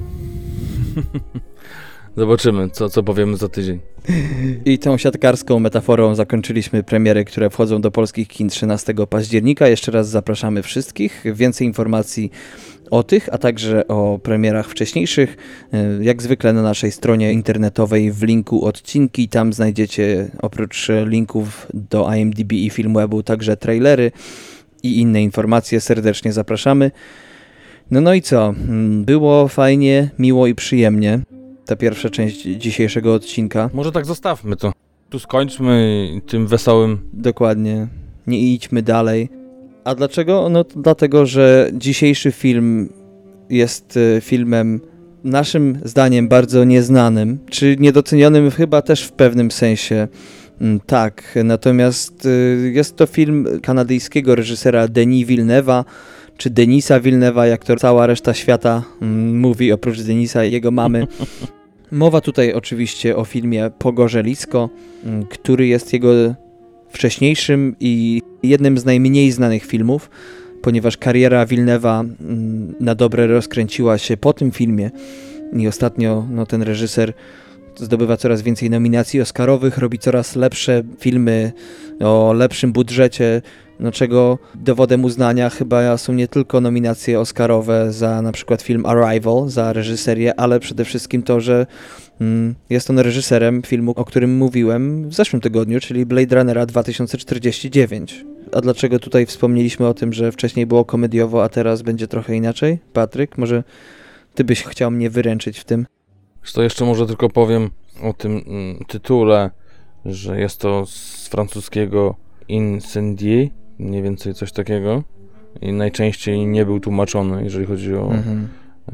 Zobaczymy, co, co powiemy za tydzień. I tą siatkarską metaforą zakończyliśmy premiery, które wchodzą do polskich kin trzynastego października. Jeszcze raz zapraszamy wszystkich. Więcej informacji o tych, a także o premierach wcześniejszych, jak zwykle na naszej stronie internetowej w linku odcinki. Tam znajdziecie oprócz linków do I M D B i Filmwebu także trailery i inne informacje. Serdecznie zapraszamy. No no i co? Było fajnie, miło i przyjemnie. ta pierwsza część dzisiejszego odcinka. Może tak zostawmy to. Tu skończmy tym wesołym. Dokładnie. Nie idźmy dalej. A dlaczego? No to dlatego, że dzisiejszy film jest filmem naszym zdaniem bardzo nieznanym, czy niedocenionym chyba też w pewnym sensie. Tak, natomiast jest to film kanadyjskiego reżysera Denis Villeneuve'a, czy Denisa Villeneuve'a, jak to cała reszta świata mówi, oprócz Denisa i jego mamy. Mowa tutaj oczywiście o filmie Pogorzelisko, który jest jego wcześniejszym i jednym z najmniej znanych filmów, ponieważ kariera Villeneuve'a na dobre rozkręciła się po tym filmie i ostatnio no, ten reżyser zdobywa coraz więcej nominacji oscarowych, robi coraz lepsze filmy o lepszym budżecie, no czego dowodem uznania chyba są nie tylko nominacje oscarowe za na przykład film Arrival, za reżyserię, ale przede wszystkim to, że mm, jest on reżyserem filmu, o którym mówiłem w zeszłym tygodniu, czyli Blade Runnera dwa tysiące czterdzieści dziewięć. A dlaczego tutaj wspomnieliśmy o tym, że wcześniej było komediowo, a teraz będzie trochę inaczej? Patryk, może ty byś chciał mnie wyręczyć w tym? To jeszcze może tylko powiem o tym mm, tytule, że jest to z francuskiego Incendie, mniej więcej coś takiego, i najczęściej nie był tłumaczony, jeżeli chodzi o mhm.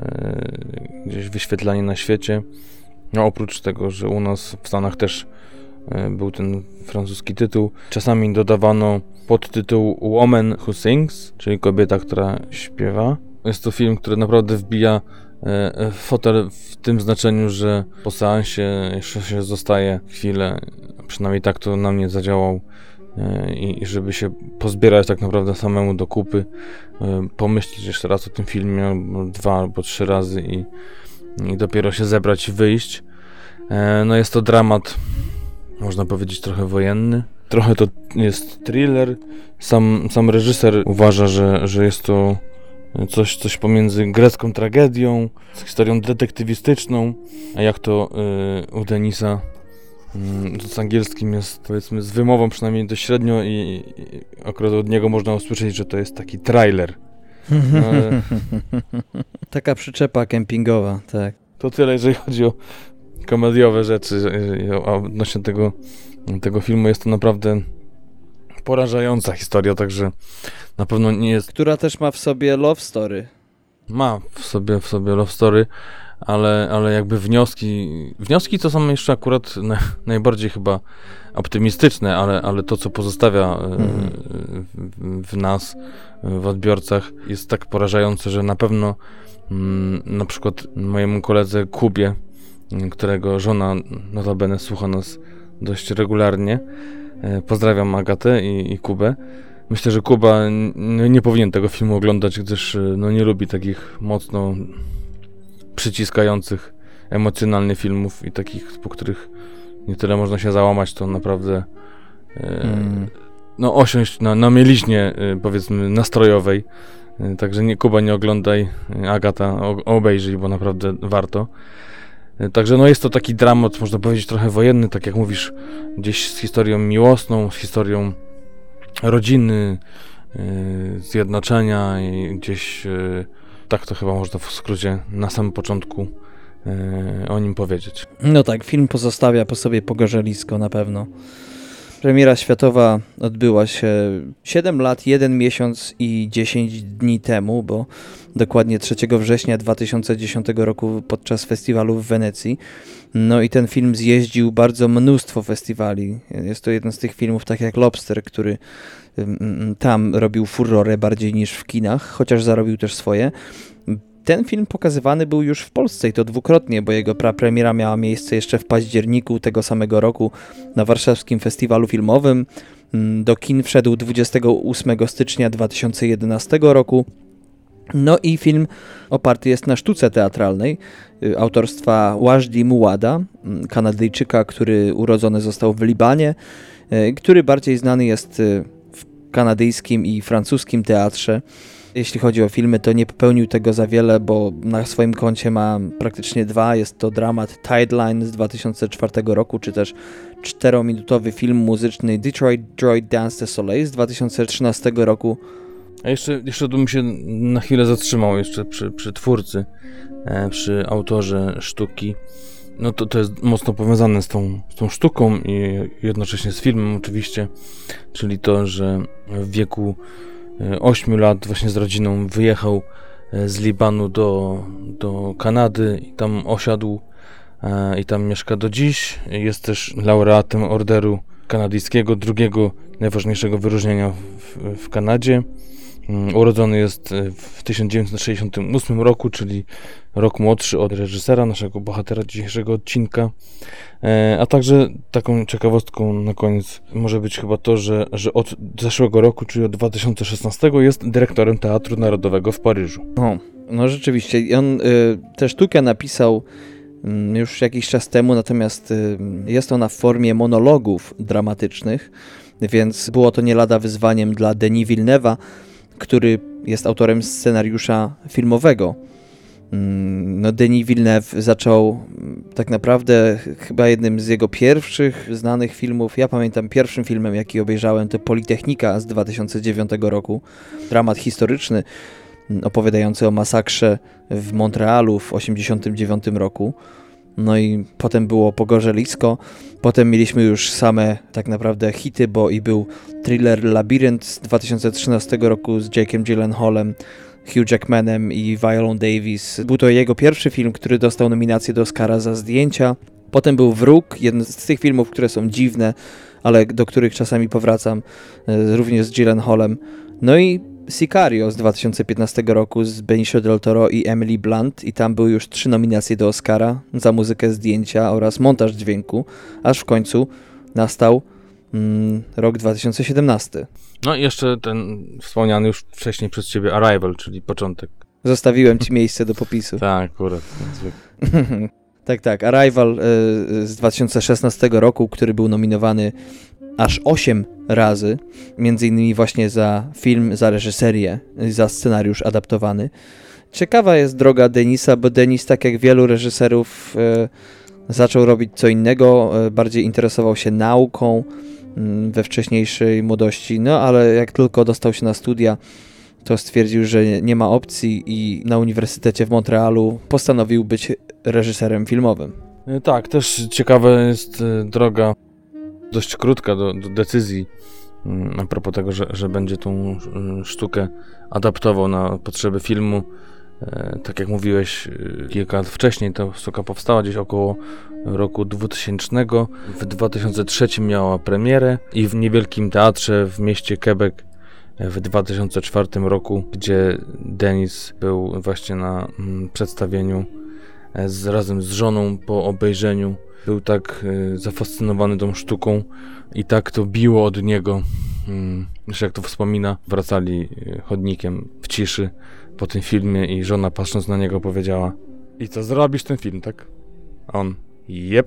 e, gdzieś wyświetlanie na świecie. No, oprócz tego, że u nas w Stanach też e, był ten francuski tytuł, czasami dodawano podtytuł Woman Who Sings, czyli kobieta, która śpiewa. Jest to film, który naprawdę wbija e, fotel w tym znaczeniu, że po seansie jeszcze się zostaje chwilę, przynajmniej tak to na mnie zadziałał, i żeby się pozbierać tak naprawdę samemu do kupy, pomyśleć jeszcze raz o tym filmie, albo dwa albo trzy razy i, i dopiero się zebrać i wyjść. No jest to dramat, można powiedzieć trochę wojenny, trochę to jest thriller. Sam, sam reżyser uważa, że, że jest to coś, coś pomiędzy grecką tragedią, z historią detektywistyczną, a jak to yy, u Denisa z angielskim jest, powiedzmy, z wymową przynajmniej dość średnio i, i akurat od niego można usłyszeć, że to jest taki trailer. No, ale... Taka przyczepa kempingowa, tak. To tyle, jeżeli chodzi o komediowe rzeczy, a odnośnie tego, tego filmu jest to naprawdę porażająca historia, także na pewno nie jest... Która też ma w sobie love story. Ma w sobie, w sobie love story. Ale, ale jakby wnioski, wnioski to są jeszcze akurat na, najbardziej chyba optymistyczne, ale, ale to, co pozostawia mm. w, w nas, w odbiorcach, jest tak porażające, że na pewno mm, na przykład mojemu koledze Kubie, którego żona notabene słucha nas dość regularnie, pozdrawiam Agatę i, i Kubę. Myślę, że Kuba nie, nie powinien tego filmu oglądać, gdyż no, nie lubi takich mocno przyciskających emocjonalnie filmów i takich, po których nie tyle można się załamać, to naprawdę e, mm. no osiąść na, na mieliźnie, e, powiedzmy, nastrojowej. E, także nie, Kuba, nie oglądaj, Agata, o, obejrzyj, bo naprawdę warto. E, także no jest to taki dramat, można powiedzieć, trochę wojenny, tak jak mówisz, gdzieś z historią miłosną, z historią rodziny, e, zjednoczenia i gdzieś e, tak to chyba można w skrócie na samym początku yy, o nim powiedzieć. No tak, film pozostawia po sobie pogorzelisko na pewno. Premiera światowa odbyła się siedem lat, jeden miesiąc i dziesięć dni temu, bo dokładnie trzeciego września dwa tysiące dziesiątego roku podczas festiwalu w Wenecji. No i ten film zjeździł bardzo mnóstwo festiwali. Jest to jeden z tych filmów, tak jak Lobster, który tam robił furorę bardziej niż w kinach, chociaż zarobił też swoje. Ten film pokazywany był już w Polsce i to dwukrotnie, bo jego prapremiera miała miejsce jeszcze w październiku tego samego roku na warszawskim festiwalu filmowym. Do kin wszedł dwudziestego ósmego stycznia dwa tysiące jedenastego roku. No i film oparty jest na sztuce teatralnej autorstwa Wajdi Mułada, Kanadyjczyka, który urodzony został w Libanie, który bardziej znany jest w kanadyjskim i francuskim teatrze. Jeśli chodzi o filmy, to nie popełnił tego za wiele, bo na swoim koncie ma praktycznie dwa. Jest to dramat Tideline z dwa tysiące czwartego roku, czy też czterominutowy film muzyczny Detroit Droid Dance the Soleil z dwa tysiące trzynastego roku. A jeszcze, jeszcze tu bym się na chwilę zatrzymał jeszcze przy, przy twórcy, e, przy autorze sztuki. no to, to jest mocno powiązane z tą, z tą sztuką i jednocześnie z filmem oczywiście, czyli to, że w wieku ośmiu lat właśnie z rodziną wyjechał z Libanu do, do Kanady i tam osiadł i tam mieszka do dziś. Jest też laureatem orderu kanadyjskiego, drugiego najważniejszego wyróżnienia w, w Kanadzie. Urodzony jest w tysiąc dziewięćset sześćdziesiątym ósmym roku, czyli rok młodszy od reżysera, naszego bohatera dzisiejszego odcinka. A także taką ciekawostką na koniec może być chyba to, że, że od zeszłego roku, czyli od dwa tysiące szesnastego jest dyrektorem Teatru Narodowego w Paryżu. O, no rzeczywiście. On y, tę sztukę napisał y, już jakiś czas temu, natomiast y, jest ona w formie monologów dramatycznych, więc było to nie lada wyzwaniem dla Denis Villeneuve'a, który jest autorem scenariusza filmowego. No, Denis Villeneuve zaczął tak naprawdę chyba jednym z jego pierwszych znanych filmów. Ja pamiętam pierwszym filmem, jaki obejrzałem, to Politechnika z dwa tysiące dziewiątego roku. Dramat historyczny opowiadający o masakrze w Montrealu w osiemdziesiątym dziewiątym roku. No i potem było Pogorzelisko, potem mieliśmy już same tak naprawdę hity, bo i był thriller Labirynt z dwa tysiące trzynastego roku z Jake'em Gyllenhaalem, Hugh Jackmanem i Violą Davis. Był to jego pierwszy film, który dostał nominację do Oscara za zdjęcia. Potem był Wróg, jeden z tych filmów, które są dziwne, ale do których czasami powracam, również z Gyllenhaalem. No i Sicario z dwa tysiące piętnastego roku z Benicio del Toro i Emily Blunt i tam były już trzy nominacje do Oscara za muzykę, zdjęcia oraz montaż dźwięku, aż w końcu nastał mm, rok dwa tysiące siedemnasty. No i jeszcze ten wspomniany już wcześniej przez ciebie Arrival, czyli początek. Zostawiłem ci miejsce do popisu. Tak, akurat. tak, tak. Arrival y, z dwa tysiące szesnastego roku, który był nominowany aż osiem razy, między innymi właśnie za film, za reżyserię, za scenariusz adaptowany. Ciekawa jest droga Denisa, bo Denis, tak jak wielu reżyserów, e, zaczął robić co innego, e, bardziej interesował się nauką m, we wcześniejszej młodości, no ale jak tylko dostał się na studia, to stwierdził, że nie ma opcji i na Uniwersytecie w Montrealu postanowił być reżyserem filmowym. Tak, też ciekawa jest droga dość krótka do, do decyzji a propos tego, że, że będzie tą sztukę adaptował na potrzeby filmu. E, tak jak mówiłeś kilka lat wcześniej, ta sztuka powstała gdzieś około roku dwutysięcznego. W dwa tysiące trzecim miała premierę i w niewielkim teatrze w mieście Quebec w dwa tysiące czwartym roku, gdzie Denis był właśnie na mm, przedstawieniu z, razem z żoną po obejrzeniu. Był tak y, zafascynowany tą sztuką i tak to biło od niego, y, że jak to wspomina, wracali chodnikiem w ciszy po tym filmie i żona, patrząc na niego, powiedziała: i co, zrobisz ten film, tak? A on: jep.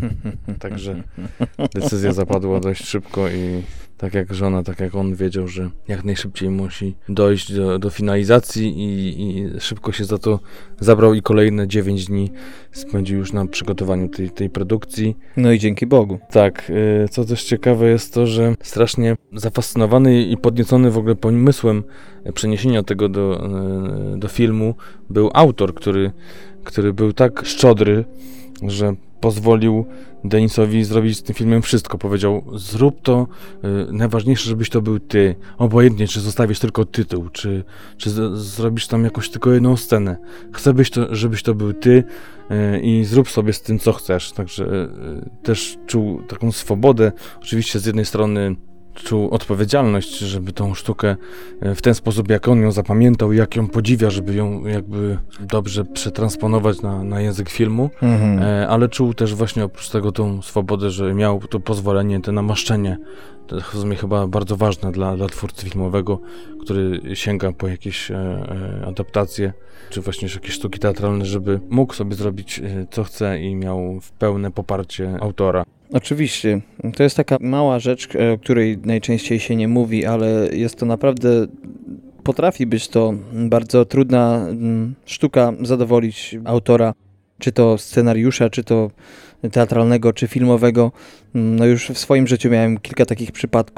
Także decyzja zapadła dość szybko i tak jak żona, tak jak on wiedział, że jak najszybciej musi dojść do, do finalizacji i, i szybko się za to zabrał i kolejne dziewięć dni spędził już na przygotowaniu tej, tej produkcji. No i dzięki Bogu. Tak, co też ciekawe jest to, że strasznie zafascynowany i podniecony w ogóle pomysłem przeniesienia tego do, do filmu był autor, który, który był tak szczodry, że pozwolił Denisowi zrobić z tym filmem wszystko. Powiedział: zrób to, yy, najważniejsze, żebyś to był ty. Obojętnie, czy zostawisz tylko tytuł, czy, czy z- zrobisz tam jakąś tylko jedną scenę. Chcę, byś to, żebyś to był ty yy, i zrób sobie z tym, co chcesz. Także yy, też czuł taką swobodę. Oczywiście z jednej strony czuł odpowiedzialność, żeby tą sztukę w ten sposób, jak on ją zapamiętał, jak ją podziwia, żeby ją jakby dobrze przetransponować na, na język filmu, mhm. e, ale czuł też właśnie oprócz tego tą swobodę, że miał to pozwolenie, to namaszczenie. To jest w sumie chyba bardzo ważne dla, dla twórcy filmowego, który sięga po jakieś e, e, adaptacje, czy właśnie jakieś sztuki teatralne, żeby mógł sobie zrobić e, co chce i miał pełne poparcie autora. Oczywiście. To jest taka mała rzecz, o której najczęściej się nie mówi, ale jest to naprawdę, potrafi być to bardzo trudna sztuka zadowolić autora, czy to scenariusza, czy to teatralnego, czy filmowego. No już w swoim życiu miałem kilka takich przypadków,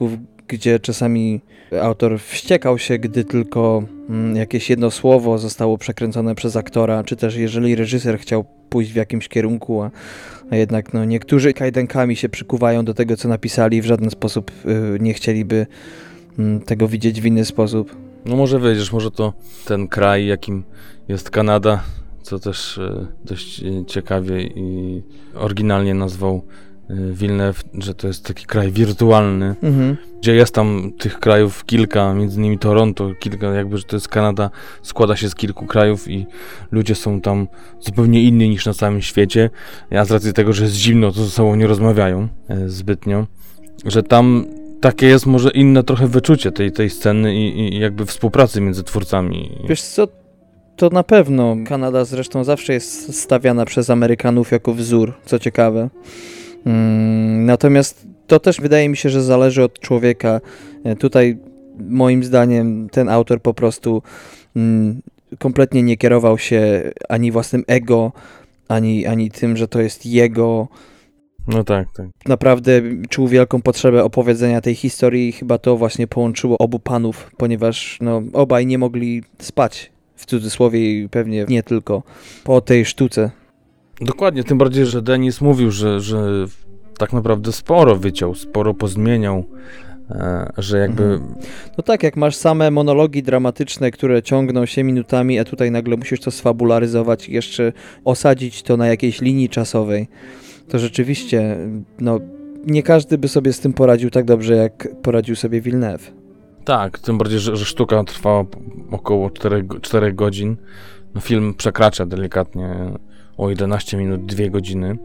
gdzie czasami autor wściekał się, gdy tylko mm, jakieś jedno słowo zostało przekręcone przez aktora, czy też jeżeli reżyser chciał pójść w jakimś kierunku, a, a jednak no, niektórzy kajdankami się przykuwają do tego, co napisali i w żaden sposób y, nie chcieliby y, tego widzieć w inny sposób. No może wiedziesz, może to ten kraj, jakim jest Kanada, co też y, dość y, ciekawie i oryginalnie nazwał Villeneuve, że to jest taki kraj wirtualny, mhm. gdzie jest tam tych krajów kilka, między innymi Toronto, kilka, jakby, że to jest Kanada, składa się z kilku krajów i ludzie są tam zupełnie inni niż na całym świecie, a z racji tego, że jest zimno, to ze sobą nie rozmawiają e, zbytnio, że tam takie jest może inne trochę wyczucie tej, tej sceny i, i jakby współpracy między twórcami. Wiesz co, to na pewno. Kanada zresztą zawsze jest stawiana przez Amerykanów jako wzór, co ciekawe. Hmm, natomiast to też wydaje mi się, że zależy od człowieka. Tutaj moim zdaniem ten autor po prostu hmm, kompletnie nie kierował się ani własnym ego, ani, ani tym, że to jest jego. No tak, tak. Naprawdę czuł wielką potrzebę opowiedzenia tej historii i chyba to właśnie połączyło obu panów, ponieważ no, obaj nie mogli spać, w cudzysłowie i pewnie nie tylko, po tej sztuce. Dokładnie, tym bardziej, że Denis mówił, że, że tak naprawdę sporo wyciął, sporo pozmieniał, e, że jakby... Mhm. No tak, jak masz same monologi dramatyczne, które ciągną się minutami, a tutaj nagle musisz to sfabularyzować i jeszcze osadzić to na jakiejś linii czasowej, to rzeczywiście, no, nie każdy by sobie z tym poradził tak dobrze, jak poradził sobie Villeneuve. Tak, tym bardziej, że, że sztuka trwała około czterech godzin. No, film przekracza delikatnie o jedenaście minut, dwie godziny.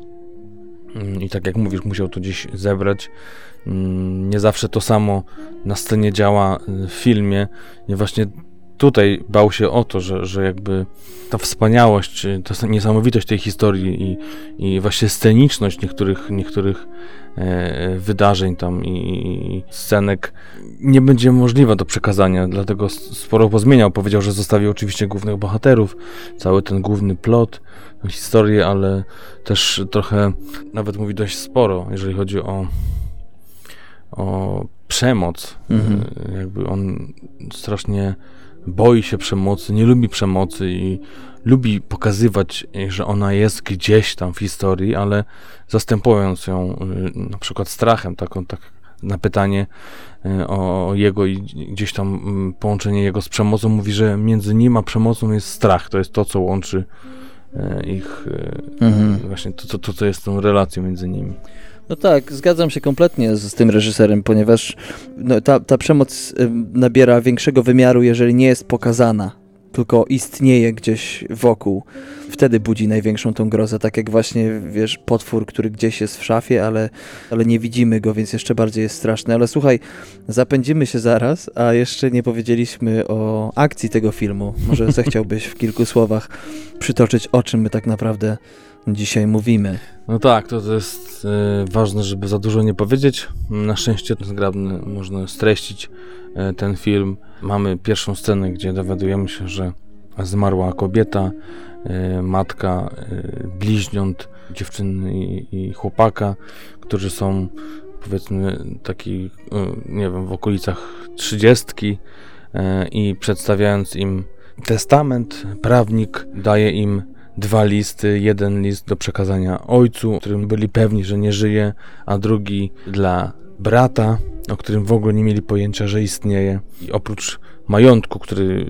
I tak jak mówisz, musiał to gdzieś zebrać. Nie zawsze to samo na scenie działa w filmie. I właśnie tutaj bał się o to, że, że jakby ta wspaniałość, ta niesamowitość tej historii i, i właśnie sceniczność niektórych, niektórych e, wydarzeń tam i, i scenek nie będzie możliwa do przekazania, dlatego sporo pozmieniał. Powiedział, że zostawił oczywiście głównych bohaterów, cały ten główny plot, historię, ale też trochę, nawet mówi dość sporo, jeżeli chodzi o o przemoc. Mhm. Jakby on strasznie boi się przemocy, nie lubi przemocy i lubi pokazywać, że ona jest gdzieś tam w historii, ale zastępując ją na przykład strachem, taką, tak na pytanie o jego i gdzieś tam połączenie jego z przemocą, mówi, że między nim a przemocą jest strach, to jest to, co łączy ich, mhm. właśnie to, to, to, co jest tą relacją między nimi. No tak, zgadzam się kompletnie z, z tym reżyserem, ponieważ no, ta, ta przemoc y, nabiera większego wymiaru, jeżeli nie jest pokazana, tylko istnieje gdzieś wokół. Wtedy budzi największą tą grozę, tak jak właśnie, wiesz, potwór, który gdzieś jest w szafie, ale, ale nie widzimy go, więc jeszcze bardziej jest straszny. Ale słuchaj, zapędzimy się zaraz, a jeszcze nie powiedzieliśmy o akcji tego filmu. Może zechciałbyś w kilku słowach przytoczyć, o czym my tak naprawdę dzisiaj mówimy. No tak, to, to jest y, ważne, żeby za dużo nie powiedzieć. Na szczęście zgrabnie można streścić y, ten film. Mamy pierwszą scenę, gdzie dowiadujemy się, że zmarła kobieta, y, matka y, bliźniąt, dziewczyny i, i chłopaka, którzy są, powiedzmy, taki, y, nie wiem, w okolicach trzydziestki y, i przedstawiając im testament, prawnik daje im dwa listy, jeden list do przekazania ojcu, o którym byli pewni, że nie żyje, a drugi dla brata, o którym w ogóle nie mieli pojęcia, że istnieje. I oprócz majątku, który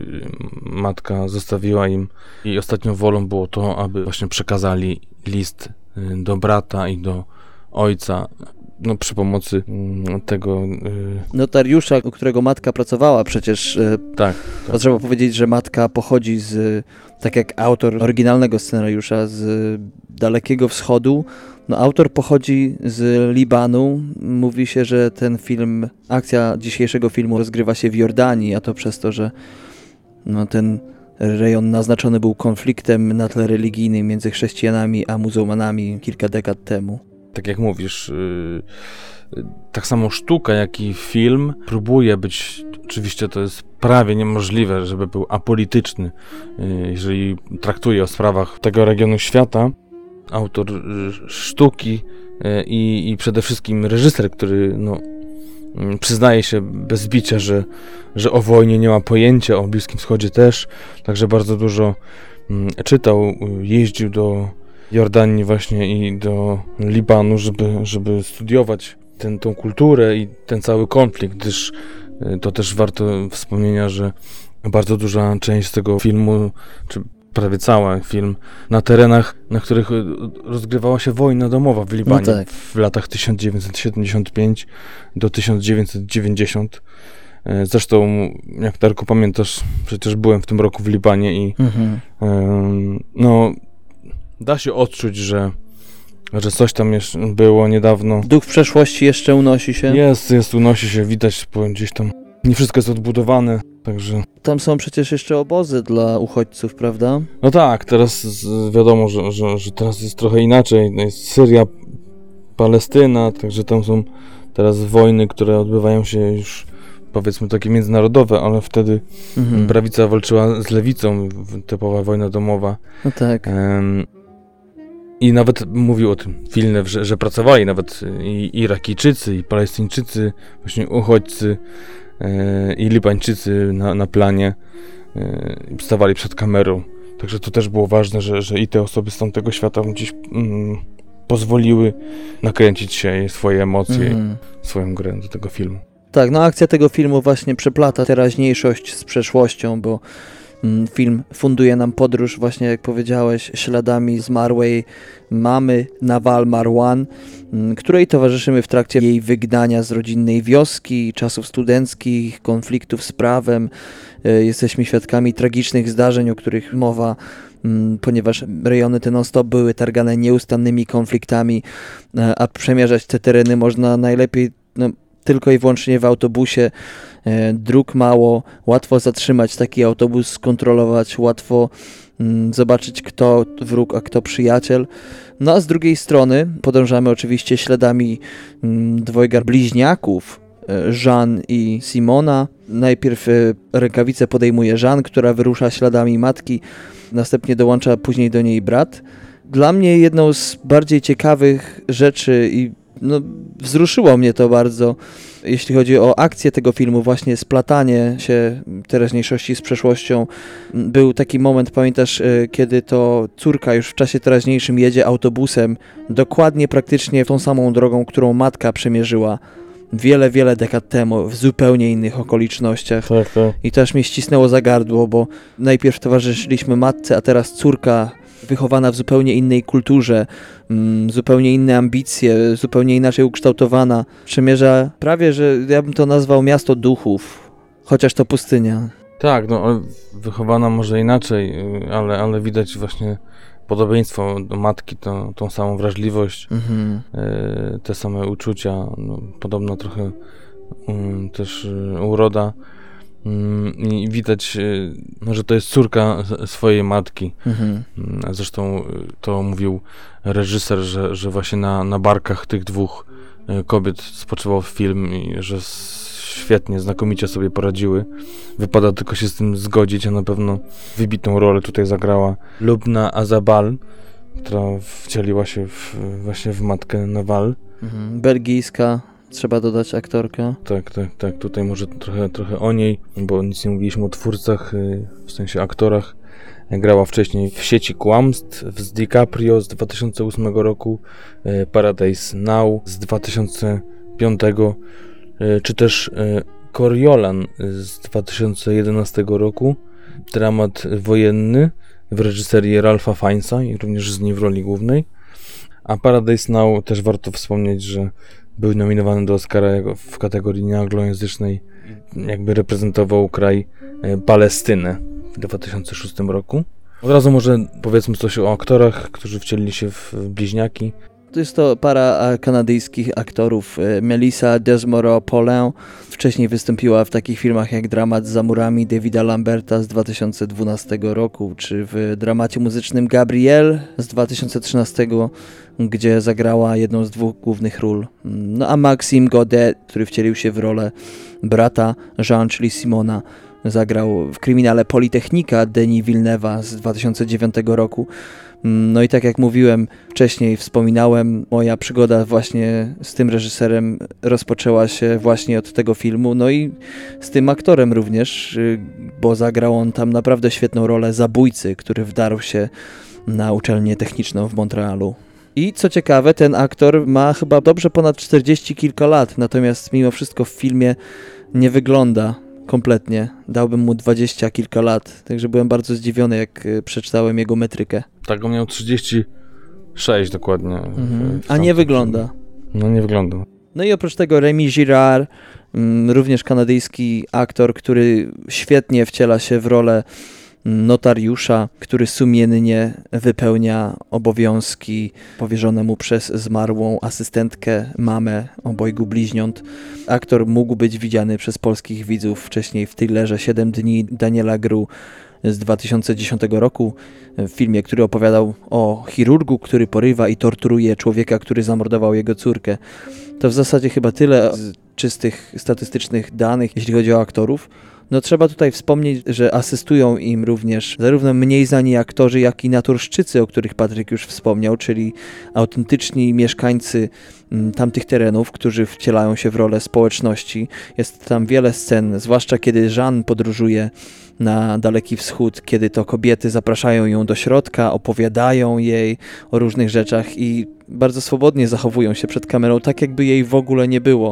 matka zostawiła im, i ostatnią wolą było to, aby właśnie przekazali list do brata i do ojca, no przy pomocy tego... notariusza, u którego matka pracowała przecież. Tak. tak. Trzeba powiedzieć, że matka pochodzi z, tak jak autor oryginalnego scenariusza, z Dalekiego Wschodu. No autor pochodzi z Libanu. Mówi się, że ten film, akcja dzisiejszego filmu rozgrywa się w Jordanii, a to przez to, że no, ten rejon naznaczony był konfliktem na tle religijnym między chrześcijanami a muzułmanami kilka dekad temu. Tak jak mówisz, yy, tak samo sztuka, jak i film próbuje być, oczywiście to jest prawie niemożliwe, żeby był apolityczny, yy, jeżeli traktuje o sprawach tego regionu świata. Autor yy, sztuki yy, i przede wszystkim reżyser, który no, Przyznaje się bez bicia, że, że o wojnie nie ma pojęcia, o Bliskim Wschodzie też, także bardzo dużo czytał, jeździł do Jordanii właśnie i do Libanu, żeby, żeby studiować ten, tą kulturę i ten cały konflikt, gdyż to też warto wspomnienia, że bardzo duża część tego filmu, czy prawie cały film, na terenach, na których rozgrywała się wojna domowa w Libanie no tak. w latach tysiąc dziewięćset siedemdziesiąt pięć do tysiąc dziewięćset dziewięćdziesiąt. Zresztą, jak Darku pamiętasz, przecież byłem w tym roku w Libanie i mhm. um, no, da się odczuć, że, że coś tam jeszcze było niedawno. Duch przeszłości jeszcze unosi się? Jest, jest, unosi się, widać, bo gdzieś tam nie wszystko jest odbudowane, także... Tam są przecież jeszcze obozy dla uchodźców, prawda? No tak, teraz wiadomo, że, że, że teraz jest trochę inaczej. Jest Syria, Palestyna, także tam są teraz wojny, które odbywają się już, powiedzmy, takie międzynarodowe, ale wtedy mhm. prawica walczyła z lewicą, typowa wojna domowa. No tak. Um, I nawet mówił o tym Wilnew, że, że pracowali nawet i Irakijczycy, i Palestyńczycy, właśnie uchodźcy, i Libańczycy na, na planie i stawali przed kamerą. Także to też było ważne, że, że i te osoby z tamtego świata gdzieś mm, pozwoliły nakręcić się swoje emocje, mm. swoją grę do tego filmu. Tak, no akcja tego filmu właśnie przeplata teraźniejszość z przeszłością, bo mm, film funduje nam podróż, właśnie jak powiedziałeś, śladami zmarłej mamy Nawal Marwan, m, której towarzyszymy w trakcie jej wygnania z rodzinnej wioski, czasów studenckich, konfliktów z prawem. Y, jesteśmy świadkami tragicznych zdarzeń, o których mowa, m, ponieważ rejony te non-stop były targane nieustannymi konfliktami, y, a przemierzać te tereny można najlepiej no, tylko i wyłącznie w autobusie. E, dróg mało, łatwo zatrzymać taki autobus, skontrolować, łatwo mm, zobaczyć, kto wróg, a kto przyjaciel. No a z drugiej strony podążamy oczywiście śladami mm, dwojga bliźniaków, e, Jean i Simona. Najpierw e, rękawicę podejmuje Jean, która wyrusza śladami matki, następnie dołącza później do niej brat. Dla mnie jedną z bardziej ciekawych rzeczy i no, wzruszyło mnie to bardzo, jeśli chodzi o akcję tego filmu, właśnie splatanie się teraźniejszości z przeszłością. Był taki moment, pamiętasz, kiedy to córka już w czasie teraźniejszym jedzie autobusem dokładnie praktycznie tą samą drogą, którą matka przemierzyła wiele, wiele dekad temu, w zupełnie innych okolicznościach. Tak, tak. I też mnie ścisnęło za gardło, bo najpierw towarzyszyliśmy matce, a teraz córka wychowana w zupełnie innej kulturze, mm, zupełnie inne ambicje, zupełnie inaczej ukształtowana. Przemierza prawie, że ja bym to nazwał miasto duchów, chociaż to pustynia. Tak, no wychowana może inaczej, ale, ale widać właśnie podobieństwo do matki, to, tą samą wrażliwość, mhm. y, te same uczucia, no, podobna trochę y, też y, uroda. I widać, no, że to jest córka swojej matki. Mhm. Zresztą to mówił reżyser, że, że właśnie na, na barkach tych dwóch kobiet spoczywał film i że świetnie, znakomicie sobie poradziły. Wypada tylko się z tym zgodzić, a na pewno wybitną rolę tutaj zagrała Lubna Azabal, która wcieliła się w, właśnie w matkę Nawal. Mhm. Belgijska. Trzeba dodać aktorkę. Tak, tak, tak. Tutaj może trochę, trochę o niej, bo nic nie mówiliśmy o twórcach, w sensie aktorach. Grała wcześniej w Sieci Kłamstw z DiCaprio z dwa tysiące ósmego roku, Paradise Now z dwa tysiące piątego, czy też Coriolan z dwa tysiące jedenastego roku, dramat wojenny w reżyserii Ralpha Fiennesa i również z nim w roli głównej. A Paradise Now też warto wspomnieć, że był nominowany do Oscara w kategorii nieanglojęzycznej, jakby reprezentował kraj Palestynę w dwa tysiące szóstym roku. Od razu może powiedzmy coś o aktorach, którzy wcielili się w bliźniaki. To jest to para kanadyjskich aktorów. Melissa Desmoreaux-Poulin wcześniej wystąpiła w takich filmach jak Dramat za murami Davida Lamberta z dwa tysiące dwunastego roku, czy w dramacie muzycznym Gabrielle z dwa tysiące trzynastego, gdzie zagrała jedną z dwóch głównych ról. No a Maxime Godet, który wcielił się w rolę brata Jean, czyli Simona, zagrał w Kryminale Politechnika Denis Villeneuve'a z dwa tysiące dziewiątego roku. No i tak jak mówiłem wcześniej, wspominałem, moja przygoda właśnie z tym reżyserem rozpoczęła się właśnie od tego filmu, no i z tym aktorem również, bo zagrał on tam naprawdę świetną rolę zabójcy, który wdarł się na uczelnię techniczną w Montrealu. I co ciekawe, ten aktor ma chyba dobrze ponad czterdzieści kilka lat, natomiast mimo wszystko w filmie nie wygląda kompletnie. Dałbym mu dwadzieścia kilka lat, także byłem bardzo zdziwiony, jak przeczytałem jego metrykę. Tak, on miał trzydzieści sześć dokładnie. Mhm. A nie wygląda. No nie wygląda. No i oprócz tego Rémi Girard, również kanadyjski aktor, który świetnie wciela się w rolę notariusza, który sumiennie wypełnia obowiązki powierzone mu przez zmarłą asystentkę, mamę obojgu bliźniąt. Aktor mógł być widziany przez polskich widzów wcześniej w thrillerze siedem dni Daniela Gru z dwa tysiące dziesiątego roku, w filmie, który opowiadał o chirurgu, który porywa i torturuje człowieka, który zamordował jego córkę. To w zasadzie chyba tyle z czystych statystycznych danych, jeśli chodzi o aktorów. No trzeba tutaj wspomnieć, że asystują im również zarówno mniej znani aktorzy, jak i naturszczycy, o których Patryk już wspomniał, czyli autentyczni mieszkańcy tamtych terenów, którzy wcielają się w rolę społeczności. Jest tam wiele scen, zwłaszcza kiedy Jeanne podróżuje na Daleki Wschód, kiedy to kobiety zapraszają ją do środka, opowiadają jej o różnych rzeczach i bardzo swobodnie zachowują się przed kamerą, tak jakby jej w ogóle nie było,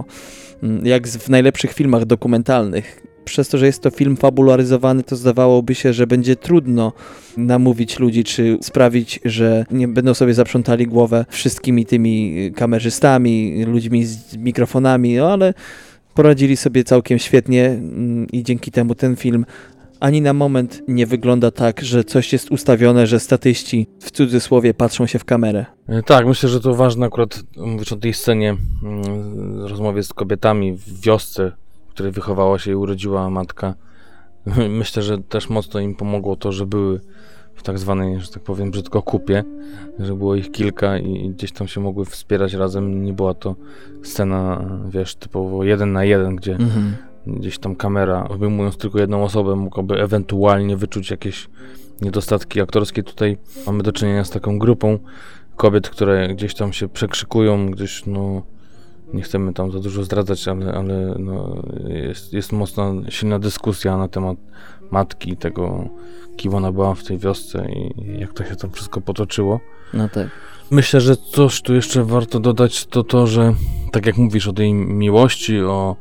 jak w najlepszych filmach dokumentalnych. Przez to, że jest to film fabularyzowany, to zdawałoby się, że będzie trudno namówić ludzi, czy sprawić, że nie będą sobie zaprzątali głowę wszystkimi tymi kamerzystami, ludźmi z mikrofonami, no ale poradzili sobie całkiem świetnie i dzięki temu ten film ani na moment nie wygląda tak, że coś jest ustawione, że statyści w cudzysłowie patrzą się w kamerę. Tak, myślę, że to ważne akurat, mówisz o tej scenie, rozmowie z kobietami w wiosce, w której wychowała się i urodziła matka. Myślę, że też mocno im pomogło to, że były w tak zwanej, że tak powiem, brzydko kupie, że było ich kilka i gdzieś tam się mogły wspierać razem. Nie była to scena, wiesz, typowo jeden na jeden, gdzie mhm. gdzieś tam kamera, obejmując tylko jedną osobę, mogłaby ewentualnie wyczuć jakieś niedostatki aktorskie. Tutaj mamy do czynienia z taką grupą kobiet, które gdzieś tam się przekrzykują, gdzieś no nie chcemy tam za dużo zdradzać, ale, ale no, jest, jest mocna, silna dyskusja na temat matki, tego, kim ona była w tej wiosce i jak to się tam wszystko potoczyło. No tak. Myślę, że coś tu jeszcze warto dodać, to to, że tak jak mówisz o tej miłości, o,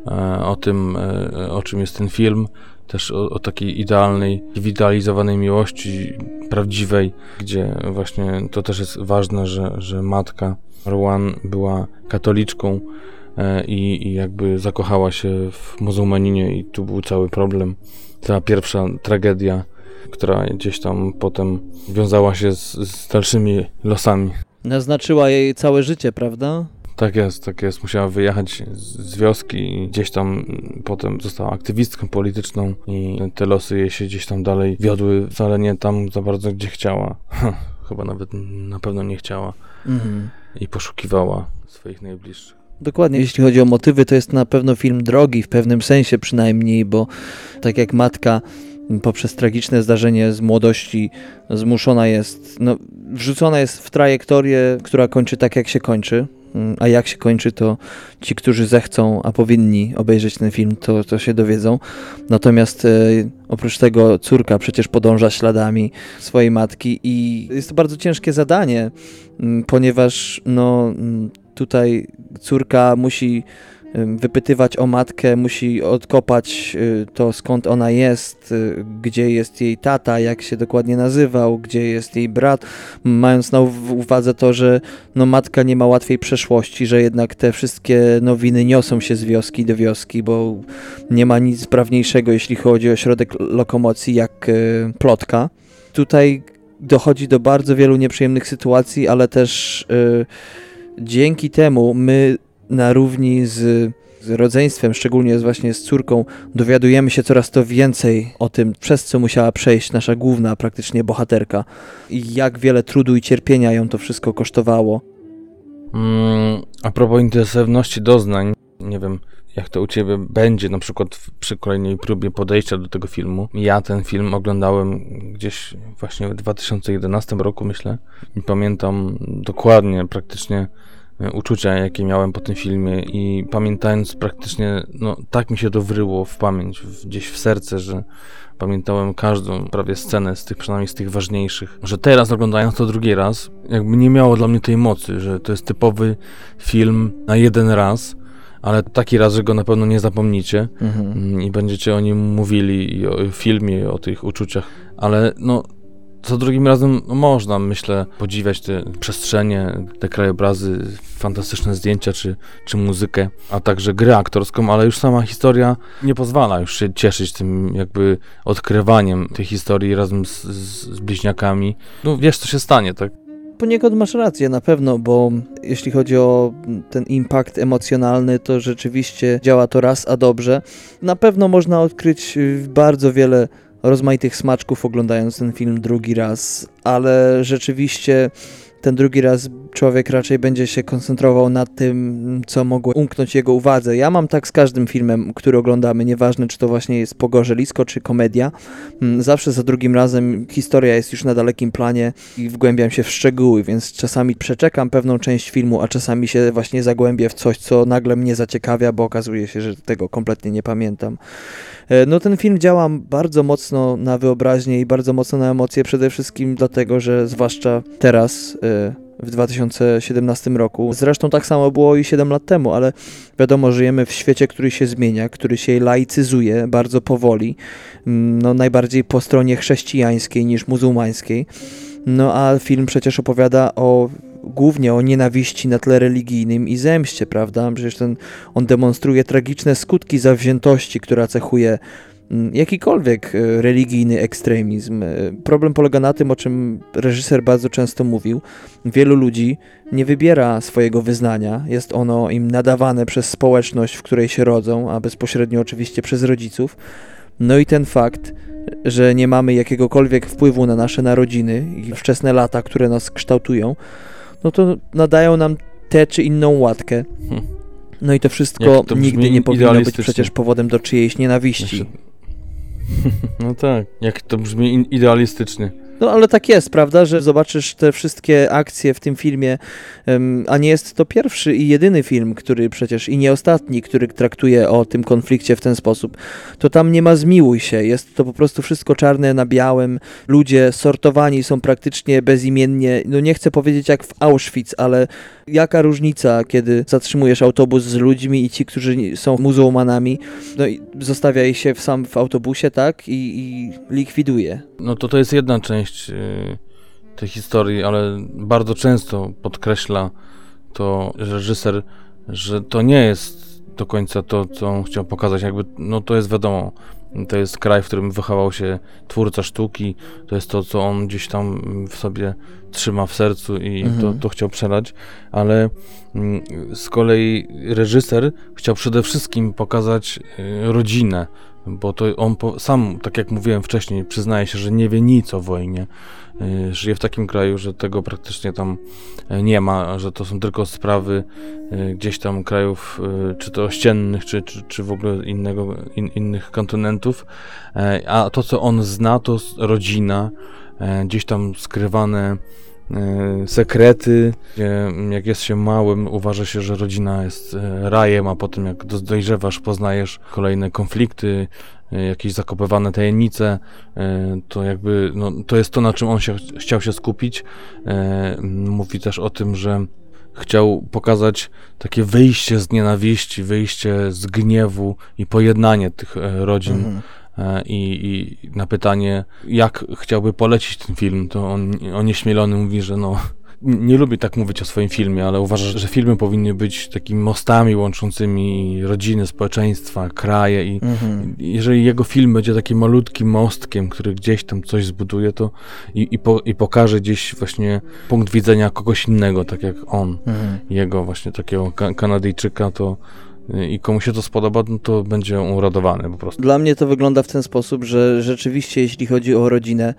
o tym, o czym jest ten film, też o, o takiej idealnej, wyidealizowanej miłości, prawdziwej, gdzie właśnie to też jest ważne, że, że matka Rowan była katoliczką e, i, i jakby zakochała się w muzułmaninie i tu był cały problem. Ta pierwsza tragedia, która gdzieś tam potem wiązała się z, z dalszymi losami. Naznaczyła jej całe życie, prawda? Tak jest, tak jest. Musiała wyjechać z, z wioski i gdzieś tam potem została aktywistką polityczną i te losy jej się gdzieś tam dalej wiodły, wcale nie tam za bardzo, gdzie chciała. Chyba nawet na pewno nie chciała. Mhm. I poszukiwała swoich najbliższych. Dokładnie, jeśli chodzi o motywy, to jest na pewno film drogi, w pewnym sensie przynajmniej, bo tak jak matka poprzez tragiczne zdarzenie z młodości zmuszona jest, no, wrzucona jest w trajektorię, która kończy tak, jak się kończy, a jak się kończy, to ci, którzy zechcą, a powinni obejrzeć ten film, to, to się dowiedzą. Natomiast e, oprócz tego córka przecież podąża śladami swojej matki i jest to bardzo ciężkie zadanie, m, ponieważ no, tutaj córka musi wypytywać o matkę, musi odkopać to, skąd ona jest, gdzie jest jej tata, jak się dokładnie nazywał, gdzie jest jej brat, mając na uwadze to, że no, matka nie ma łatwej przeszłości, że jednak te wszystkie nowiny niosą się z wioski do wioski, bo nie ma nic sprawniejszego, jeśli chodzi o środek lokomocji, jak plotka. Tutaj dochodzi do bardzo wielu nieprzyjemnych sytuacji, ale też yy, dzięki temu my na równi z, z rodzeństwem, szczególnie z właśnie z córką, dowiadujemy się coraz to więcej o tym, przez co musiała przejść nasza główna praktycznie bohaterka i jak wiele trudu i cierpienia ją to wszystko kosztowało. Mm, a propos intensywności doznań, nie wiem, jak to u ciebie będzie, na przykład przy kolejnej próbie podejścia do tego filmu. Ja ten film oglądałem gdzieś właśnie w dwa tysiące jedenastym roku, myślę. I pamiętam dokładnie, praktycznie uczucia, jakie miałem po tym filmie i pamiętając praktycznie, no tak mi się to wryło w pamięć, w, gdzieś w serce, że pamiętałem każdą prawie scenę z tych, przynajmniej z tych ważniejszych, że teraz oglądając to drugi raz, jakby nie miało dla mnie tej mocy, że to jest typowy film na jeden raz, ale taki raz, że go na pewno nie zapomnicie mhm. i będziecie o nim mówili i o filmie, o tych uczuciach, ale no co drugim razem no, można, myślę, podziwiać te przestrzenie, te krajobrazy, fantastyczne zdjęcia czy, czy muzykę, a także grę aktorską, ale już sama historia nie pozwala już się cieszyć tym jakby odkrywaniem tej historii razem z, z, z bliźniakami. No wiesz, co się stanie, tak? Poniekąd masz rację, na pewno, bo jeśli chodzi o ten impact emocjonalny, to rzeczywiście działa to raz, a dobrze. Na pewno można odkryć bardzo wiele rozmaitych smaczków oglądając ten film drugi raz, ale rzeczywiście ten drugi raz człowiek raczej będzie się koncentrował na tym, co mogło umknąć jego uwadze. Ja mam tak z każdym filmem, który oglądamy, nieważne czy to właśnie jest Pogorzelisko czy komedia, zawsze za drugim razem historia jest już na dalekim planie i wgłębiam się w szczegóły, więc czasami przeczekam pewną część filmu, a czasami się właśnie zagłębię w coś, co nagle mnie zaciekawia, bo okazuje się, że tego kompletnie nie pamiętam. No ten film działa bardzo mocno na wyobraźnię i bardzo mocno na emocje, przede wszystkim dlatego, że zwłaszcza teraz, w dwa tysiące siedemnastym roku, zresztą tak samo było i siedem lat temu, ale wiadomo, żyjemy w świecie, który się zmienia, który się laicyzuje bardzo powoli, no najbardziej po stronie chrześcijańskiej niż muzułmańskiej, no a film przecież opowiada o głównie o nienawiści na tle religijnym i zemście, prawda? Przecież ten, on demonstruje tragiczne skutki zawziętości, która cechuje jakikolwiek religijny ekstremizm. Problem polega na tym, o czym reżyser bardzo często mówił. Wielu ludzi nie wybiera swojego wyznania. Jest ono im nadawane przez społeczność, w której się rodzą, a bezpośrednio oczywiście przez rodziców. No i ten fakt, że nie mamy jakiegokolwiek wpływu na nasze narodziny i wczesne lata, które nas kształtują, no to nadają nam tę czy inną łatkę. No i to wszystko to nigdy nie powinno być przecież powodem do czyjejś nienawiści. Jeszcze... No tak, jak to brzmi idealistycznie. No ale tak jest, prawda, że zobaczysz te wszystkie akcje w tym filmie, um, a nie jest to pierwszy i jedyny film, który przecież i nie ostatni, który traktuje o tym konflikcie w ten sposób. To tam nie ma zmiłuj się, jest to po prostu wszystko czarne na białym, ludzie sortowani są praktycznie bezimiennie, no nie chcę powiedzieć jak w Auschwitz, ale jaka różnica, kiedy zatrzymujesz autobus z ludźmi i ci, którzy są muzułmanami, no i zostawia ich się w sam w autobusie, tak, i, i likwiduje. No to to jest jedna część tej historii, ale bardzo często podkreśla to reżyser, że to nie jest do końca to, co on chciał pokazać. Jakby, no to jest wiadomo, to jest kraj, w którym wychował się twórca sztuki, to jest to, co on gdzieś tam w sobie trzyma w sercu i mhm. to, to chciał przelać, ale z kolei reżyser chciał przede wszystkim pokazać rodzinę, bo to on po, sam, tak jak mówiłem wcześniej, przyznaje się, że nie wie nic o wojnie. Yy, żyje w takim kraju, że tego praktycznie tam yy, nie ma, że to są tylko sprawy yy, gdzieś tam krajów, yy, czy to ościennych, czy, czy, czy w ogóle innego, in, innych kontynentów. Yy, a to, co on zna, to rodzina, yy, gdzieś tam skrywane yy, sekrety. Gdzie, jak jest się małym, uważa się, że rodzina jest yy, rajem, a potem jak dojrzewasz, poznajesz kolejne konflikty, jakieś zakopywane tajemnice, to jakby, no, to jest to, na czym on się ch- chciał się skupić. Mówi też o tym, że chciał pokazać takie wyjście z nienawiści, wyjście z gniewu i pojednanie tych rodzin. Mhm. I, I na pytanie, jak chciałby polecić ten film, to on onieśmielony mówi, że no nie lubi tak mówić o swoim filmie, ale uważa, że filmy powinny być takimi mostami łączącymi rodziny, społeczeństwa, kraje i mhm. jeżeli jego film będzie takim malutkim mostkiem, który gdzieś tam coś zbuduje, to i, i, po, i pokaże gdzieś właśnie punkt widzenia kogoś innego, tak jak on, mhm. jego właśnie takiego ka- Kanadyjczyka, to i komu się to spodoba, no to będzie uradowany po prostu. Dla mnie to wygląda w ten sposób, że rzeczywiście jeśli chodzi o rodzinę,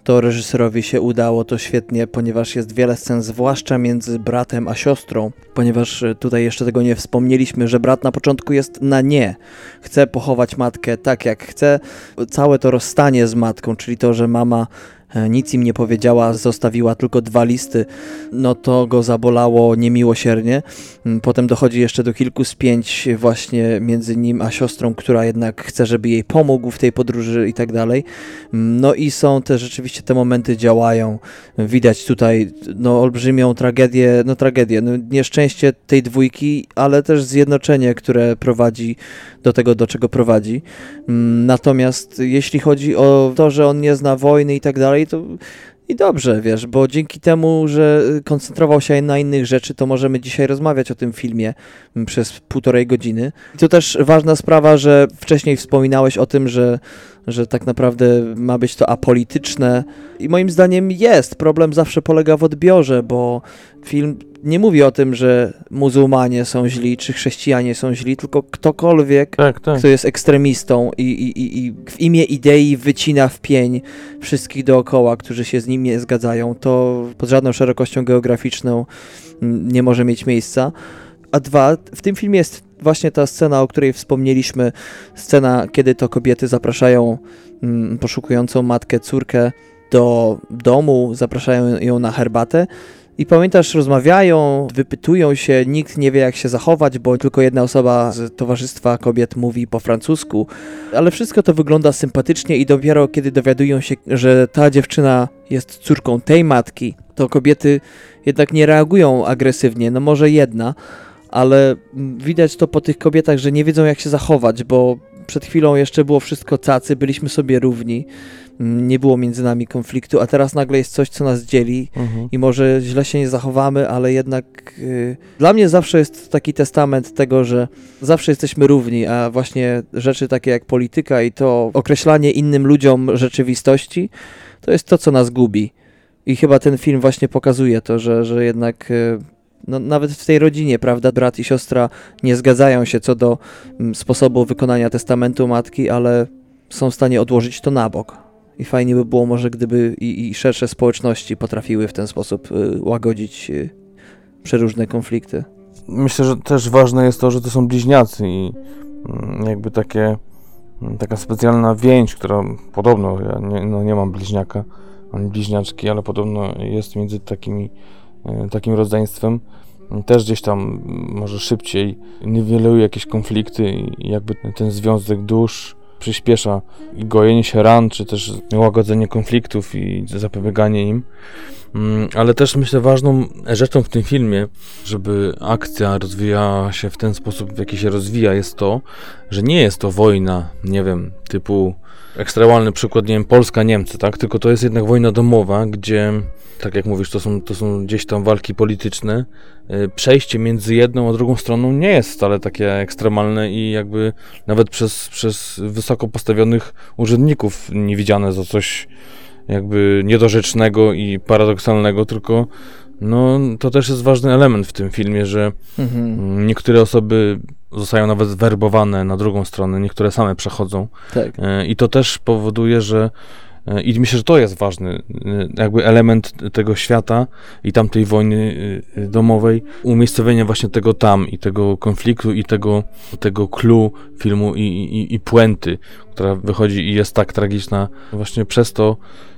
To reżyserowi się udało to świetnie, ponieważ jest wiele scen, zwłaszcza między bratem a siostrą, ponieważ tutaj jeszcze tego nie wspomnieliśmy, że brat na początku jest na nie. Chce pochować matkę tak jak chce. Całe to rozstanie z matką, czyli to, że mama nic im nie powiedziała, zostawiła tylko dwa listy, no to go zabolało niemiłosiernie. Potem dochodzi jeszcze do kilku spięć właśnie między nim a siostrą, która jednak chce, żeby jej pomógł w tej podróży i tak dalej. No i są te rzeczywiście te momenty działają. Widać tutaj no olbrzymią tragedię, no tragedię, no nieszczęście tej dwójki, ale też zjednoczenie, które prowadzi do tego, do czego prowadzi. Natomiast jeśli chodzi o to, że on nie zna wojny i tak dalej, to i dobrze, wiesz, bo dzięki temu, że koncentrował się na innych rzeczy, to możemy dzisiaj rozmawiać o tym filmie przez półtorej godziny. I to też ważna sprawa, że wcześniej wspominałeś o tym, że, że tak naprawdę ma być to apolityczne i moim zdaniem jest. Problem zawsze polega w odbiorze, bo film nie mówi o tym, że muzułmanie są źli, czy chrześcijanie są źli, tylko ktokolwiek, tak, tak. kto jest ekstremistą i, i, i w imię idei wycina w pień wszystkich dookoła, którzy się z nim nie zgadzają, to pod żadną szerokością geograficzną nie może mieć miejsca. A dwa, w tym filmie jest właśnie ta scena, o której wspomnieliśmy, scena, kiedy to kobiety zapraszają mm, poszukującą matkę, córkę do domu, zapraszają ją na herbatę. I pamiętasz, rozmawiają, wypytują się, nikt nie wie jak się zachować, bo tylko jedna osoba z towarzystwa kobiet mówi po francusku, ale wszystko to wygląda sympatycznie i dopiero kiedy dowiadują się, że ta dziewczyna jest córką tej matki, to kobiety jednak nie reagują agresywnie, no może jedna, ale widać to po tych kobietach, że nie wiedzą jak się zachować, bo przed chwilą jeszcze było wszystko cacy, byliśmy sobie równi, nie było między nami konfliktu, a teraz nagle jest coś, co nas dzieli mhm. i może źle się nie zachowamy, ale jednak yy, dla mnie zawsze jest taki testament tego, że zawsze jesteśmy równi, a właśnie rzeczy takie jak polityka i to określanie innym ludziom rzeczywistości, to jest to, co nas gubi. I chyba ten film właśnie pokazuje to, że, że jednak yy, no, nawet w tej rodzinie, prawda, brat i siostra nie zgadzają się co do mm, sposobu wykonania testamentu matki, ale są w stanie odłożyć to na bok. I fajnie by było może, gdyby i, i szersze społeczności potrafiły w ten sposób y, łagodzić y, przeróżne konflikty. Myślę, że też ważne jest to, że to są bliźniacy i y, jakby takie, y, taka specjalna więź, która podobno, ja nie, no nie mam bliźniaka, ani bliźniaczki, ale podobno jest między takimi, y, takim rodzeństwem. Też gdzieś tam może szybciej niweluje jakieś konflikty i jakby ten związek dusz przyspiesza gojenie się ran, czy też łagodzenie konfliktów i zapobieganie im. Ale też myślę ważną rzeczą w tym filmie, żeby akcja rozwijała się w ten sposób, w jaki się rozwija, jest to, że nie jest to wojna, nie wiem, typu ekstremalny przykład, nie wiem, Polska-Niemcy, tak? Tylko to jest jednak wojna domowa, gdzie, tak jak mówisz, to są, to są gdzieś tam walki polityczne. Przejście między jedną a drugą stroną nie jest wcale takie ekstremalne i jakby nawet przez, przez wysoko postawionych urzędników nie widziane za coś jakby niedorzecznego i paradoksalnego, tylko no to też jest ważny element w tym filmie, że mhm. niektóre osoby zostają nawet werbowane na drugą stronę, niektóre same przechodzą. Tak. I to też powoduje, że i myślę, że to jest ważny jakby element tego świata i tamtej wojny domowej, umiejscowienie właśnie tego tam i tego konfliktu i tego, tego clue filmu i, i, i puenty, która wychodzi i jest tak tragiczna właśnie przez to,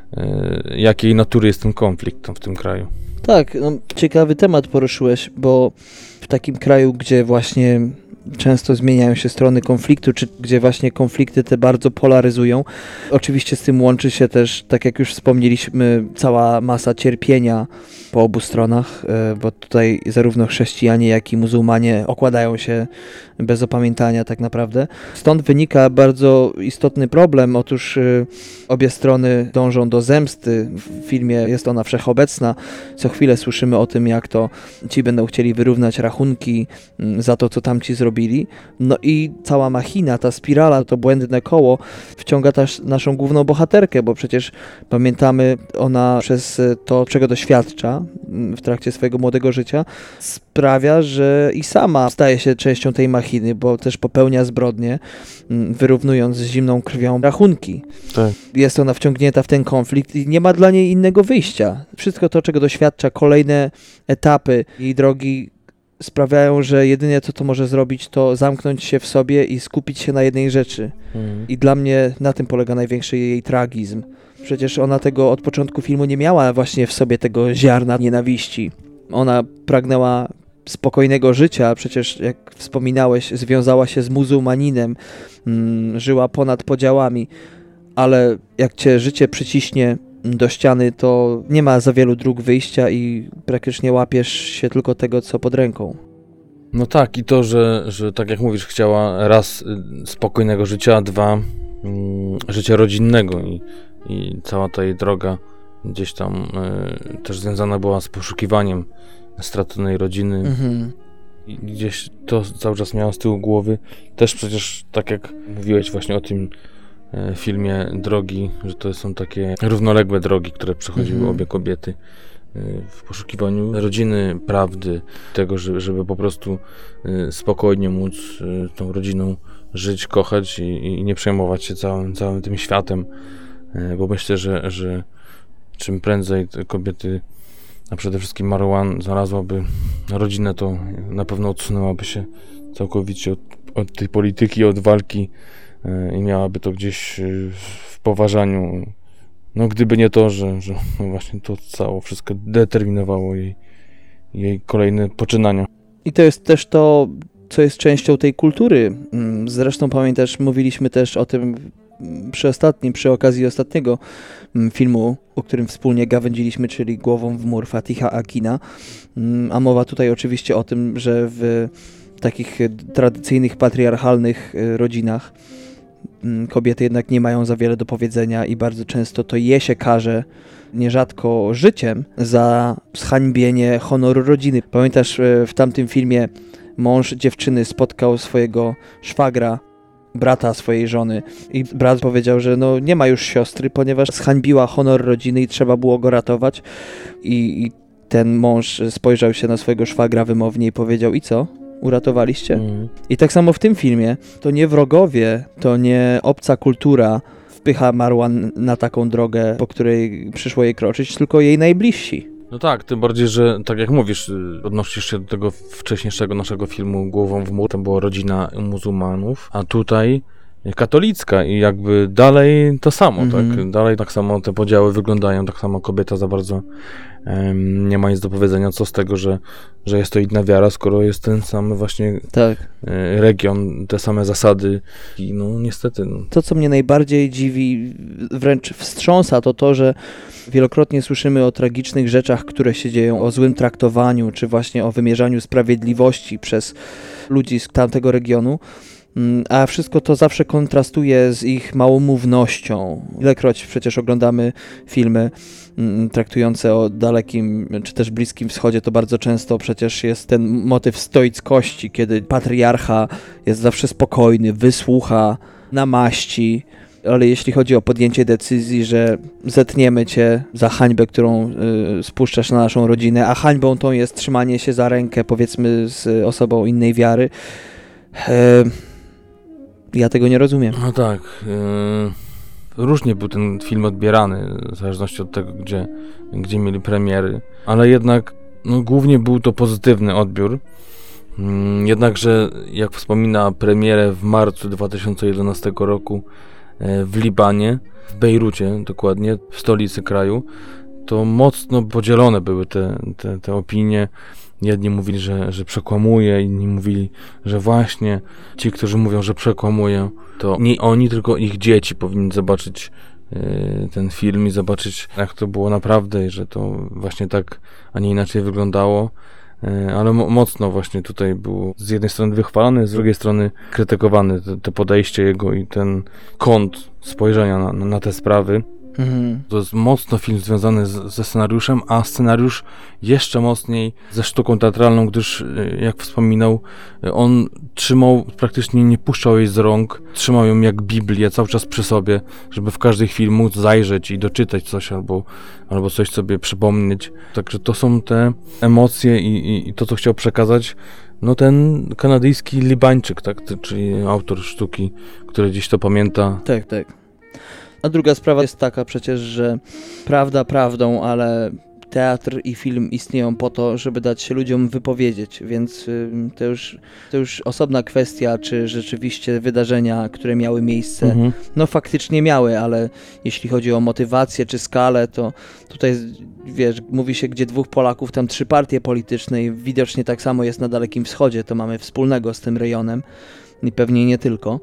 jakiej natury jest ten konflikt w tym kraju. Tak, no, ciekawy temat poruszyłeś, bo w takim kraju, gdzie właśnie często zmieniają się strony konfliktu, czy gdzie właśnie konflikty te bardzo polaryzują. Oczywiście z tym łączy się też, tak jak już wspomnieliśmy, cała masa cierpienia po obu stronach, bo tutaj zarówno chrześcijanie, jak i muzułmanie okładają się bez opamiętania tak naprawdę. Stąd wynika bardzo istotny problem. Otóż obie strony dążą do zemsty. W filmie jest ona wszechobecna. Co chwilę słyszymy o tym, jak to ci będą chcieli wyrównać rachunki za to, co tamci zrobili. zrobili. No i cała machina, ta spirala, to błędne koło wciąga też naszą główną bohaterkę, bo przecież pamiętamy, ona przez to, czego doświadcza w trakcie swojego młodego życia, sprawia, że i sama staje się częścią tej machiny, bo też popełnia zbrodnie, wyrównując z zimną krwią rachunki. Tak. Jest ona wciągnięta w ten konflikt i nie ma dla niej innego wyjścia. Wszystko to, czego doświadcza, kolejne etapy jej drogi sprawiają, że jedynie co to może zrobić, to zamknąć się w sobie i skupić się na jednej rzeczy. Mhm. I dla mnie na tym polega największy jej tragizm. Przecież ona tego od początku filmu nie miała właśnie w sobie tego ziarna nienawiści. Ona pragnęła spokojnego życia, przecież jak wspominałeś, związała się z muzułmaninem, mm, żyła ponad podziałami, ale jak cię życie przyciśnie do ściany, to nie ma za wielu dróg wyjścia i praktycznie łapiesz się tylko tego, co pod ręką. No tak, i to, że, że tak jak mówisz, chciała raz spokojnego życia, a dwa mm, życia rodzinnego i, i cała ta jej droga gdzieś tam y, też związana była z poszukiwaniem straconej rodziny. Mhm. I gdzieś to cały czas miała z tyłu głowy. Też przecież, tak jak mówiłeś właśnie o tym e, filmie Drogi, że to są takie równoległe drogi, które przechodziły mhm. obie kobiety e, w poszukiwaniu rodziny, prawdy, tego, żeby, żeby po prostu e, spokojnie móc e, tą rodziną żyć, kochać i, i nie przejmować się całym, całym tym światem, e, bo myślę, że, że czym prędzej te kobiety, a przede wszystkim Marwan, znalazłaby rodzinę, to na pewno odsunęłaby się całkowicie od, od tej polityki, od walki yy, i miałaby to gdzieś yy, w poważaniu. No gdyby nie to, że, że no właśnie to cało wszystko determinowało jej, jej kolejne poczynania. I to jest też to, co jest częścią tej kultury. Zresztą pamiętasz, mówiliśmy też o tym przy ostatnim, przy okazji ostatniego filmu, o którym wspólnie gawędziliśmy, czyli Głową w mur Fatiha Akina. A mowa tutaj oczywiście o tym, że w takich tradycyjnych, patriarchalnych rodzinach kobiety jednak nie mają za wiele do powiedzenia i bardzo często to je się karze, nierzadko życiem, za zhańbienie honoru rodziny. Pamiętasz, w tamtym filmie mąż dziewczyny spotkał swojego szwagra, brata swojej żony i brat powiedział, że no nie ma już siostry, ponieważ zhańbiła honor rodziny i trzeba było go ratować. I, i ten mąż spojrzał się na swojego szwagra wymownie i powiedział: i co? Uratowaliście? Mm. I tak samo w tym filmie, to nie wrogowie, to nie obca kultura wpycha Marwan na taką drogę, po której przyszło jej kroczyć, tylko jej najbliżsi. No tak, tym bardziej, że tak jak mówisz, odnosisz się do tego wcześniejszego naszego filmu Głową w mur, tam była rodzina muzułmanów, a tutaj katolicka i jakby dalej to samo, mm-hmm. tak? Dalej tak samo te podziały wyglądają, tak samo kobieta za bardzo um, nie ma nic do powiedzenia, co z tego, że, że jest to inna wiara, skoro jest ten sam właśnie tak. e, region, te same zasady i no niestety. No. To, co mnie najbardziej dziwi, wręcz wstrząsa, to to, że wielokrotnie słyszymy o tragicznych rzeczach, które się dzieją, o złym traktowaniu, czy właśnie o wymierzaniu sprawiedliwości przez ludzi z tamtego regionu, a wszystko to zawsze kontrastuje z ich małomównością. Ilekroć przecież oglądamy filmy m, traktujące o dalekim czy też Bliskim Wschodzie, to bardzo często przecież jest ten motyw stoickości, kiedy patriarcha jest zawsze spokojny, wysłucha, namaści. Ale jeśli chodzi o podjęcie decyzji, że zetniemy cię za hańbę, którą y, spuszczasz na naszą rodzinę, a hańbą tą jest trzymanie się za rękę, powiedzmy, z osobą innej wiary, y, ja tego nie rozumiem. No tak. Yy, różnie był ten film odbierany, w zależności od tego, gdzie, gdzie mieli premiery, ale jednak no, głównie był to pozytywny odbiór. Yy, jednakże, jak wspomina premierę w marcu dwa tysiące jedenastego roku yy, w Libanie, w Bejrucie dokładnie, w stolicy kraju, to mocno podzielone były te, te, te opinie. Jedni mówili, że, że przekłamuje, inni mówili, że właśnie ci, którzy mówią, że przekłamuje, to nie oni, tylko ich dzieci powinni zobaczyć y, ten film i zobaczyć, jak to było naprawdę i że to właśnie tak, a nie inaczej wyglądało. Y, ale mo- mocno właśnie tutaj było z jednej strony wychwalany, z drugiej strony krytykowany to, to podejście jego i ten kąt spojrzenia na, na, na te sprawy. Mhm. To jest mocno film związany z, ze scenariuszem, a scenariusz jeszcze mocniej ze sztuką teatralną, gdyż, jak wspominał, on trzymał, praktycznie nie puszczał jej z rąk, trzymał ją jak Biblię cały czas przy sobie, żeby w każdej chwili móc zajrzeć i doczytać coś albo, albo coś sobie przypomnieć. Także to są te emocje i, i, i to, co chciał przekazać no ten kanadyjski Libańczyk, tak, czyli autor sztuki, który gdzieś to pamięta. Tak, tak. A druga sprawa jest taka przecież, że prawda prawdą, ale teatr i film istnieją po to, żeby dać się ludziom wypowiedzieć, więc y, to już, to już osobna kwestia, czy rzeczywiście wydarzenia, które miały miejsce, mhm. no faktycznie miały, ale jeśli chodzi o motywację czy skalę, to tutaj, wiesz, mówi się, gdzie dwóch Polaków, tam trzy partie polityczne i widocznie tak samo jest na Dalekim Wschodzie, to mamy wspólnego z tym rejonem i pewnie nie tylko.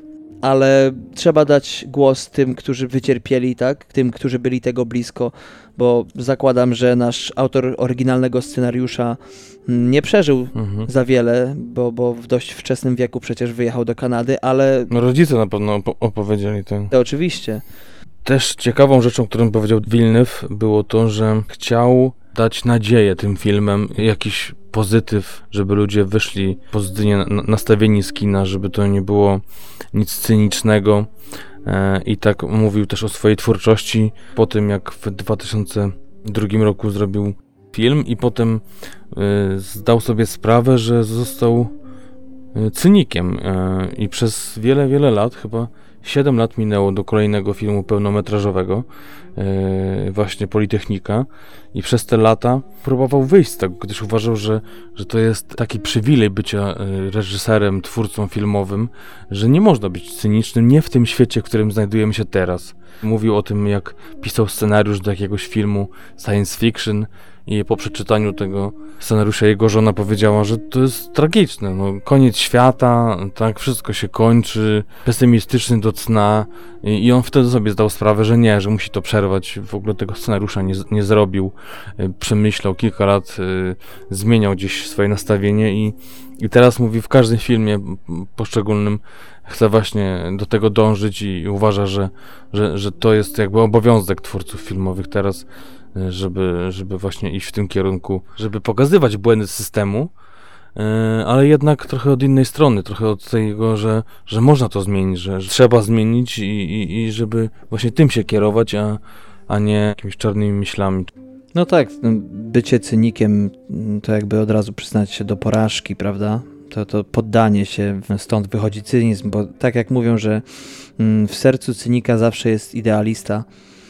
Ale trzeba dać głos tym, którzy wycierpieli, tak? Tym, którzy byli tego blisko, bo zakładam, że nasz autor oryginalnego scenariusza nie przeżył mhm. za wiele, bo, bo w dość wczesnym wieku przecież wyjechał do Kanady, ale... No rodzice na pewno op- opowiedzieli ten. To oczywiście. Też ciekawą rzeczą, którą powiedział Villeneuve, było to, że chciał dać nadzieję tym filmem, jakiś pozytyw, żeby ludzie wyszli pozytywnie nastawieni z kina, żeby to nie było nic cynicznego. I tak mówił też o swojej twórczości po tym, jak w dwa tysiące drugim roku zrobił film i potem zdał sobie sprawę, że został cynikiem i przez wiele, wiele lat, chyba siedem lat minęło do kolejnego filmu pełnometrażowego, yy, właśnie Politechnika, i przez te lata próbował wyjść z tego, gdyż uważał, że, że to jest taki przywilej bycia yy, reżyserem, twórcą filmowym, że nie można być cynicznym, nie w tym świecie, w którym znajdujemy się teraz. Mówił o tym, jak pisał scenariusz do jakiegoś filmu science fiction i po przeczytaniu tego scenariusza jego żona powiedziała, że to jest tragiczne, no koniec świata, tak, wszystko się kończy, pesymistyczny do cna i, i on wtedy sobie zdał sprawę, że nie, że musi to przerwać, w ogóle tego scenariusza nie, nie zrobił, przemyślał kilka lat, y, zmieniał gdzieś swoje nastawienie i, i teraz mówi w każdym filmie poszczególnym chce właśnie do tego dążyć i, i uważa, że, że, że to jest jakby obowiązek twórców filmowych teraz, żeby, żeby właśnie iść w tym kierunku, żeby pokazywać błędy systemu, ale jednak trochę od innej strony, trochę od tego, że, że można to zmienić, że, że trzeba zmienić i, i, i żeby właśnie tym się kierować, a, a nie jakimiś czarnymi myślami. No tak, bycie cynikiem to jakby od razu przyznać się do porażki, prawda? To, to poddanie się, stąd wychodzi cynizm, bo tak jak mówią, że w sercu cynika zawsze jest idealista.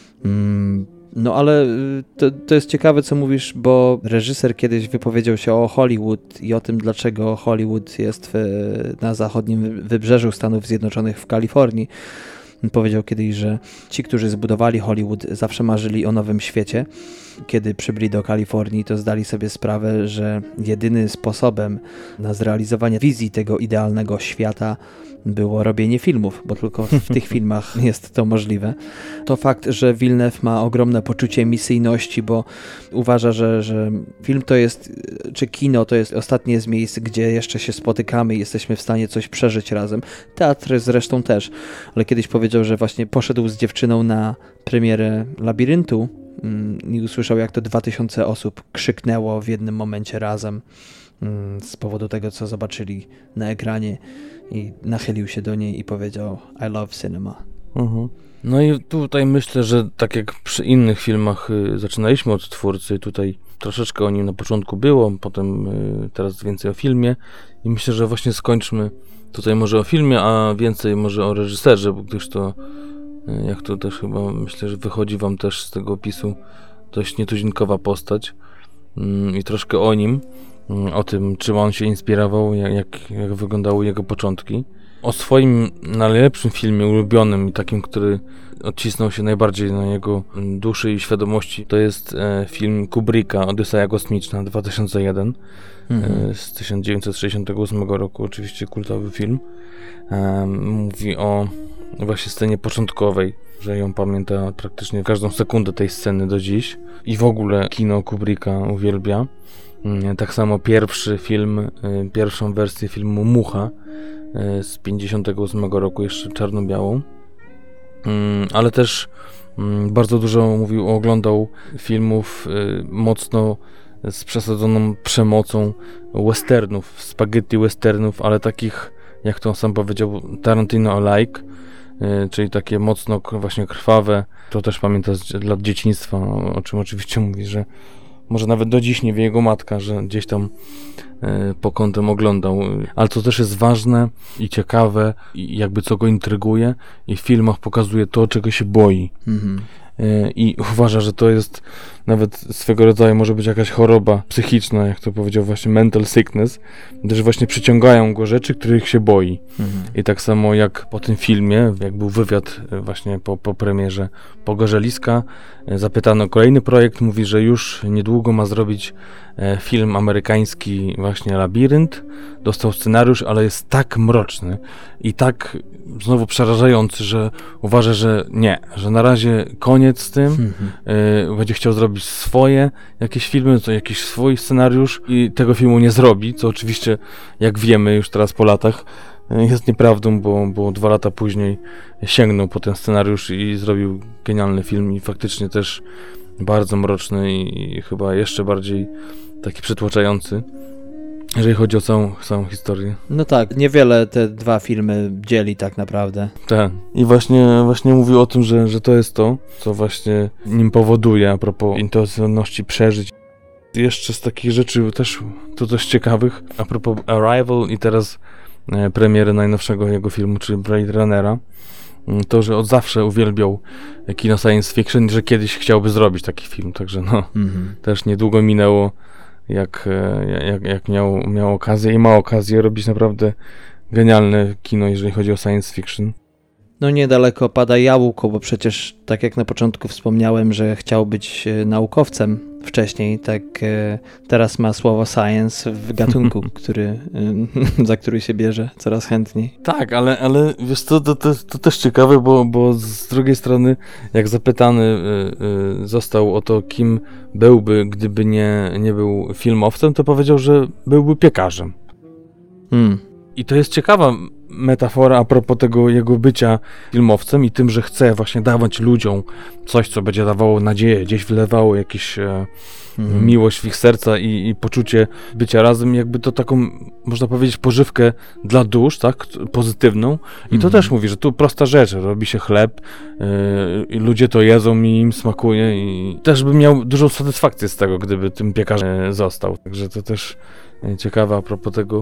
No ale to, to jest ciekawe, co mówisz, bo reżyser kiedyś wypowiedział się o Hollywood i o tym, dlaczego Hollywood jest w, na zachodnim wybrzeżu Stanów Zjednoczonych w Kalifornii. Powiedział kiedyś, że ci, którzy zbudowali Hollywood, zawsze marzyli o nowym świecie. Kiedy przybyli do Kalifornii, to zdali sobie sprawę, że jedynym sposobem na zrealizowanie wizji tego idealnego świata było robienie filmów, bo tylko w tych filmach jest to możliwe. To fakt, że Villeneuve ma ogromne poczucie misyjności, bo uważa, że, że film to jest, czy kino to jest ostatnie z miejsc, gdzie jeszcze się spotykamy i jesteśmy w stanie coś przeżyć razem. Teatr zresztą też, ale kiedyś powiedział, że właśnie poszedł z dziewczyną na premierę Labiryntu i usłyszał, jak to dwa tysiące osób krzyknęło w jednym momencie razem z powodu tego, co zobaczyli na ekranie, i nachylił się do niej i powiedział I love cinema. Uh-huh. No i tutaj myślę, że tak jak przy innych filmach y, zaczynaliśmy od twórcy, tutaj troszeczkę o nim na początku było, potem y, teraz więcej o filmie i myślę, że właśnie skończmy tutaj może o filmie, a więcej może o reżyserze, bo gdyż to y, jak to też chyba myślę, że wychodzi wam też z tego opisu dość nietuzinkowa postać y, i troszkę o nim, o tym, czym on się inspirował, jak, jak, jak wyglądały jego początki. O swoim najlepszym filmie ulubionym i takim, który odcisnął się najbardziej na jego duszy i świadomości, to jest e, film Kubricka, Odyseja Kosmiczna, dwa tysiące jeden, mhm. e, z tysiąc dziewięćset sześćdziesiątego ósmego roku, oczywiście kultowy film. E, mówi o właśnie scenie początkowej, że ją pamięta praktycznie każdą sekundę tej sceny do dziś i w ogóle kino Kubricka uwielbia. Tak samo pierwszy film, pierwszą wersję filmu Mucha z pięćdziesiątego ósmego roku, jeszcze czarno-białą. ale też bardzo dużo mówił, oglądał filmów mocno z przesadzoną przemocą, westernów, spaghetti westernów, ale takich, jak to on sam powiedział, Tarantino-alike, czyli takie mocno właśnie krwawe. To też pamięta z lat dzieciństwa, o czym oczywiście mówi, że może nawet do dziś nie wie jego matka, że gdzieś tam po kątem oglądał, ale to też jest ważne i ciekawe i jakby co go intryguje i w filmach pokazuje to, czego się boi. Mhm. I uważa, że to jest nawet swego rodzaju może być jakaś choroba psychiczna, jak to powiedział właśnie mental sickness, gdyż właśnie przyciągają go rzeczy, których się boi. Mhm. I tak samo jak po tym filmie, jak był wywiad właśnie po, po premierze Pogorzeliska, zapytano o kolejny projekt, mówi, że już niedługo ma zrobić film amerykański właśnie Labirynt, dostał scenariusz, ale jest tak mroczny i tak znowu przerażający, że uważa, że nie, że na razie koniec z tym, mhm. y, będzie chciał zrobić swoje jakieś filmy, to jakiś swój scenariusz i tego filmu nie zrobi, co oczywiście, jak wiemy już teraz po latach, jest nieprawdą, bo, bo dwa lata później sięgnął po ten scenariusz i zrobił genialny film i faktycznie też bardzo mroczny i, i chyba jeszcze bardziej taki przytłaczający, jeżeli chodzi o całą, całą historię. No tak, niewiele te dwa filmy dzieli tak naprawdę. Tak. I właśnie, właśnie mówił o tym, że, że to jest to, co właśnie nim powoduje a propos intensywności przeżyć. Jeszcze z takich rzeczy też to dość ciekawych, a propos Arrival i teraz e, premiery najnowszego jego filmu, czyli Blade Runnera. To, że od zawsze uwielbiał kino science fiction, że kiedyś chciałby zrobić taki film, także no, mhm. też niedługo minęło, jak, jak, jak miał, miał okazję i ma okazję robić naprawdę genialne kino, jeżeli chodzi o science fiction. No niedaleko pada jabłko, bo przecież tak jak na początku wspomniałem, że chciał być naukowcem wcześniej, tak teraz ma słowo science w gatunku, który, za który się bierze coraz chętniej. Tak, ale, ale wiesz co, to, to, to też ciekawe, bo, bo z drugiej strony jak zapytany został o to, kim byłby, gdyby nie, nie był filmowcem, to powiedział, że byłby piekarzem. Hmm. I to jest ciekawa metafora a propos tego jego bycia filmowcem i tym, że chce właśnie dawać ludziom coś, co będzie dawało nadzieję, gdzieś wlewało jakieś e, mm. miłość w ich serca i, i poczucie bycia razem, jakby to taką, można powiedzieć, pożywkę dla dusz, tak, pozytywną. I mm. to też mówi, że tu prosta rzecz, robi się chleb e, i ludzie to jedzą i im smakuje i też by miał dużą satysfakcję z tego, gdyby tym piekarzem został. Także to też ciekawe a propos tego.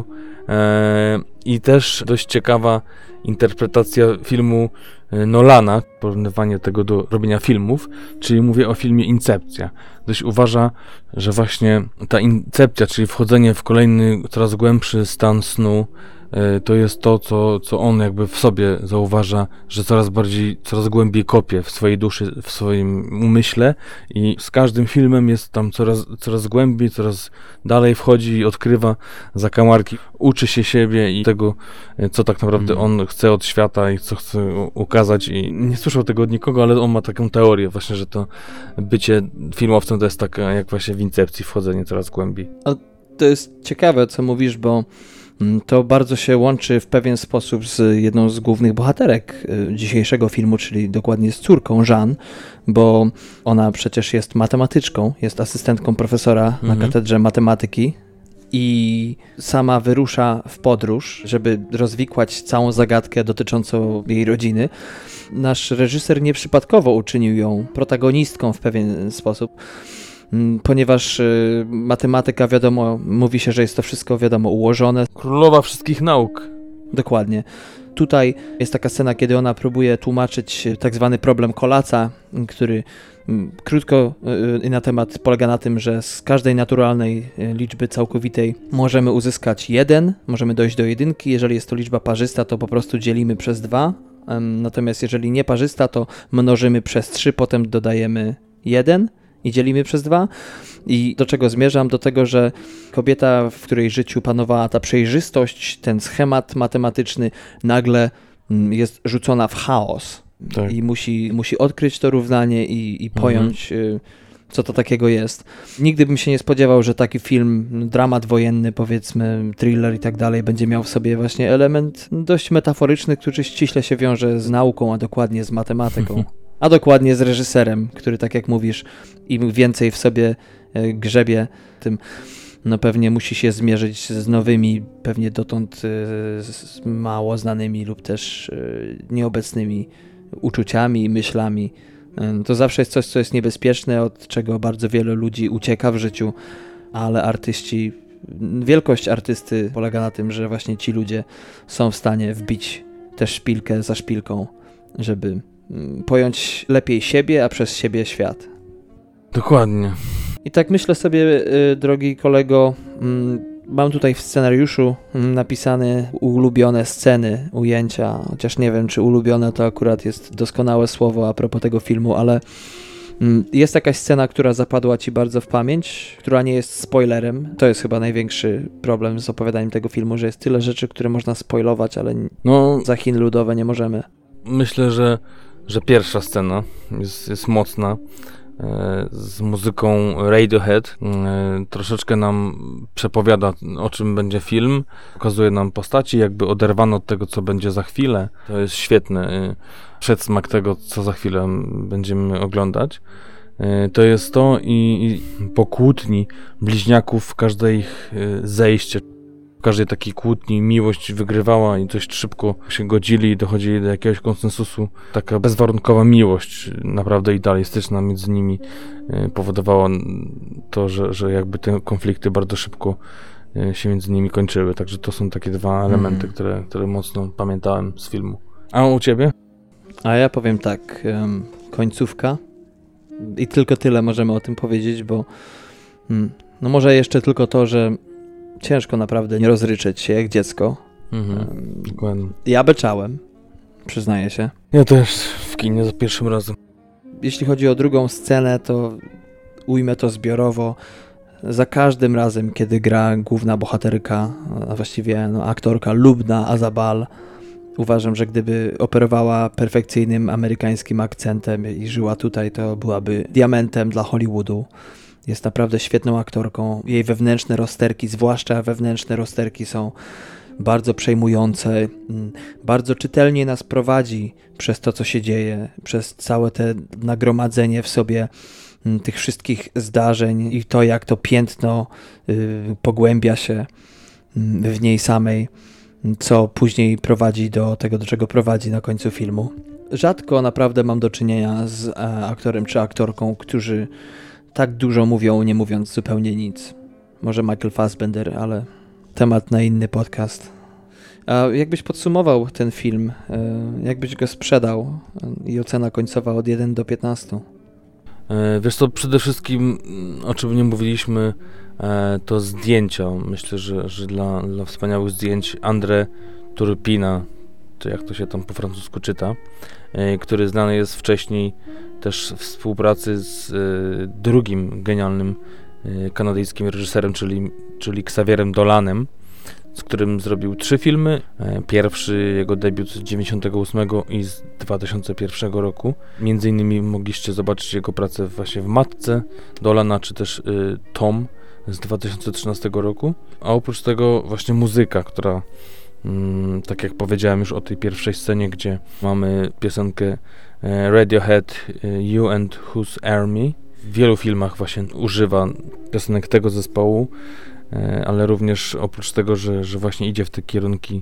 Eee, I też dość ciekawa interpretacja filmu Nolana, porównywanie tego do robienia filmów, czyli mówię o filmie Incepcja. Dość uważa, że właśnie ta incepcja, czyli wchodzenie w kolejny, coraz głębszy stan snu, to jest to, co, co on jakby w sobie zauważa, że coraz bardziej, coraz głębiej kopie w swojej duszy, w swoim umyśle i z każdym filmem jest tam coraz, coraz głębiej, coraz dalej wchodzi i odkrywa zakamarki, uczy się siebie i tego, co tak naprawdę mm. on chce od świata i co chce ukazać i nie słyszał tego od nikogo, ale on ma taką teorię właśnie, że to bycie filmowcem to jest tak jak właśnie w Incepcji, wchodzenie coraz głębiej. A to jest ciekawe, co mówisz, bo to bardzo się łączy w pewien sposób z jedną z głównych bohaterek dzisiejszego filmu, czyli dokładnie z córką Jeanne, bo ona przecież jest matematyczką, jest asystentką profesora mhm. na katedrze matematyki i sama wyrusza w podróż, żeby rozwikłać całą zagadkę dotyczącą jej rodziny. Nasz reżyser nieprzypadkowo uczynił ją protagonistką w pewien sposób, ponieważ y, matematyka, wiadomo, mówi się, że jest to wszystko, wiadomo, ułożone. Królowa wszystkich nauk. Dokładnie. Tutaj jest taka scena, kiedy ona próbuje tłumaczyć tak zwany problem Collatza, który y, krótko y, na temat polega na tym, że z każdej naturalnej y, liczby całkowitej możemy uzyskać jeden, możemy dojść do jedynki. Jeżeli jest to liczba parzysta, to po prostu dzielimy przez dwa. Y, natomiast jeżeli nie parzysta, to mnożymy przez trzy, potem dodajemy jeden. I dzielimy przez dwa. I do czego zmierzam? Do tego, że kobieta, w której życiu panowała ta przejrzystość, ten schemat matematyczny, nagle jest rzucona w chaos. Tak. I musi, musi odkryć to równanie i, i pojąć, mhm. co to takiego jest. Nigdy bym się nie spodziewał, że taki film, dramat wojenny, powiedzmy, thriller i tak dalej, będzie miał w sobie właśnie element dość metaforyczny, który ściśle się wiąże z nauką, a dokładnie z matematyką. A dokładnie z reżyserem, który, tak jak mówisz, im więcej w sobie grzebie, tym no pewnie musi się zmierzyć z nowymi, pewnie dotąd y, mało znanymi lub też y, nieobecnymi uczuciami i myślami. Y, to zawsze jest coś, co jest niebezpieczne, od czego bardzo wiele ludzi ucieka w życiu, ale artyści, wielkość artysty polega na tym, że właśnie ci ludzie są w stanie wbić też szpilkę za szpilką, żeby y, pojąć lepiej siebie, a przez siebie świat. Dokładnie. I tak myślę sobie, y, drogi kolego, y, mam tutaj w scenariuszu y, napisane ulubione sceny, ujęcia, chociaż nie wiem, czy ulubione to akurat jest doskonałe słowo a propos tego filmu, ale y, jest jakaś scena, która zapadła ci bardzo w pamięć, która nie jest spoilerem. To jest chyba największy problem z opowiadaniem tego filmu, że jest tyle rzeczy, które można spoilować, ale no, za Chin ludowe nie możemy. Myślę, że, że pierwsza scena jest, jest mocna. Z muzyką Radiohead. Troszeczkę nam przepowiada, o czym będzie film. Pokazuje nam postaci, jakby oderwano od tego, co będzie za chwilę. To jest świetny przedsmak tego, co za chwilę będziemy oglądać. To jest to i, i po kłótni bliźniaków w każde ich zejście, w każdej takiej kłótni miłość wygrywała i dość szybko się godzili i dochodzili do jakiegoś konsensusu. Taka bezwarunkowa miłość, naprawdę idealistyczna między nimi powodowała to, że, że jakby te konflikty bardzo szybko się między nimi kończyły. Także to są takie dwa elementy, mm. które, które mocno pamiętałem z filmu. A u ciebie? A ja powiem tak, um, końcówka i tylko tyle możemy o tym powiedzieć, bo hmm, no może jeszcze tylko to, że ciężko naprawdę nie rozryczeć się jak dziecko. Mhm, dokładnie. Ja beczałem, przyznaję się. Ja też w kinie za pierwszym razem. Jeśli chodzi o drugą scenę, to ujmę to zbiorowo. Za każdym razem, kiedy gra główna bohaterka, a właściwie no, aktorka Lubna Azabal, uważam, że gdyby operowała perfekcyjnym amerykańskim akcentem i żyła tutaj, to byłaby diamentem dla Hollywoodu. Jest naprawdę świetną aktorką. Jej wewnętrzne rozterki, zwłaszcza wewnętrzne rozterki, są bardzo przejmujące. Bardzo czytelnie nas prowadzi przez to, co się dzieje, przez całe te nagromadzenie w sobie tych wszystkich zdarzeń i to, jak to piętno y, pogłębia się w niej samej, co później prowadzi do tego, do czego prowadzi na końcu filmu. Rzadko naprawdę mam do czynienia z e, aktorem czy aktorką, którzy tak dużo mówią, nie mówiąc zupełnie nic. Może Michael Fassbender, ale temat na inny podcast. A jakbyś podsumował ten film, jakbyś go sprzedał i ocena końcowa od jeden do piętnastu? Wiesz co, przede wszystkim, o czym nie mówiliśmy, to zdjęcia. Myślę, że, że dla, dla wspaniałych zdjęć André Turpina, czy jak to się tam po francusku czyta, który znany jest wcześniej też w współpracy z y, drugim genialnym y, kanadyjskim reżyserem, czyli, czyli Xavierem Dolanem, z którym zrobił trzy filmy. E, pierwszy jego debiut z dziewięćdziesiątego ósmego i z dwa tysiące pierwszego roku. Między innymi mogliście zobaczyć jego pracę właśnie w Matce Dolana, czy też y, Tom z dwa tysiące trzynastego roku. A oprócz tego właśnie muzyka, która mm, tak jak powiedziałem już o tej pierwszej scenie, gdzie mamy piosenkę Radiohead, You and Whose Army. W wielu filmach właśnie używa piosenek tego zespołu, ale również oprócz tego, że, że właśnie idzie w te kierunki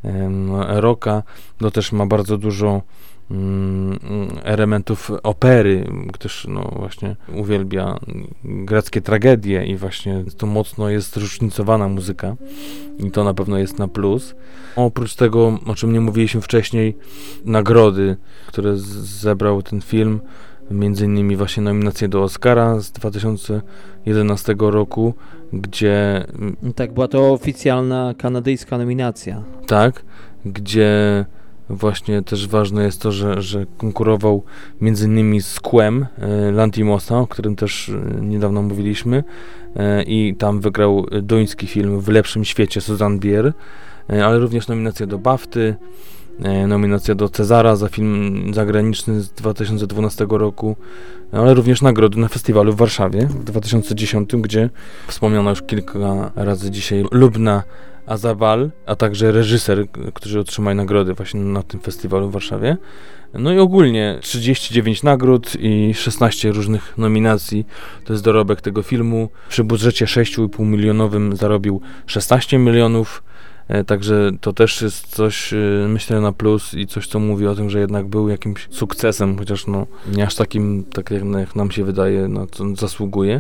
rocka, to też ma bardzo dużo mm, elementów opery, gdyż no właśnie uwielbia greckie tragedie i właśnie to mocno jest zróżnicowana muzyka i to na pewno jest na plus. Oprócz tego, o czym nie mówiliśmy wcześniej, nagrody, które z- zebrał ten film, między innymi właśnie nominację do Oscara z dwa tysiące jedenastego roku, gdzie... Tak, była to oficjalna kanadyjska nominacja. Tak, gdzie właśnie też ważne jest to, że, że konkurował między innymi z Quem e, Lantimosa, o którym też e, niedawno mówiliśmy, e, i tam wygrał duński film W lepszym świecie Susanne Bier, e, ale również nominację do BAFTY, nominacja do Cezara za film zagraniczny z dwa tysiące dwunastego roku, ale również nagrody na festiwalu w Warszawie w dwa tysiące dziesiątym, gdzie wspomniana już kilka razy dzisiaj Lubna Azabal, a także reżyser, którzy otrzymali nagrody właśnie na tym festiwalu w Warszawie. No i ogólnie trzydzieści dziewięć nagród i szesnaście różnych nominacji. To jest dorobek tego filmu. Przy budżecie sześć i pół milionowym zarobił szesnaście milionów. Także to też jest coś, myślę, na plus i coś, co mówi o tym, że jednak był jakimś sukcesem, chociaż no nie aż takim, tak jak nam się wydaje, na co zasługuje.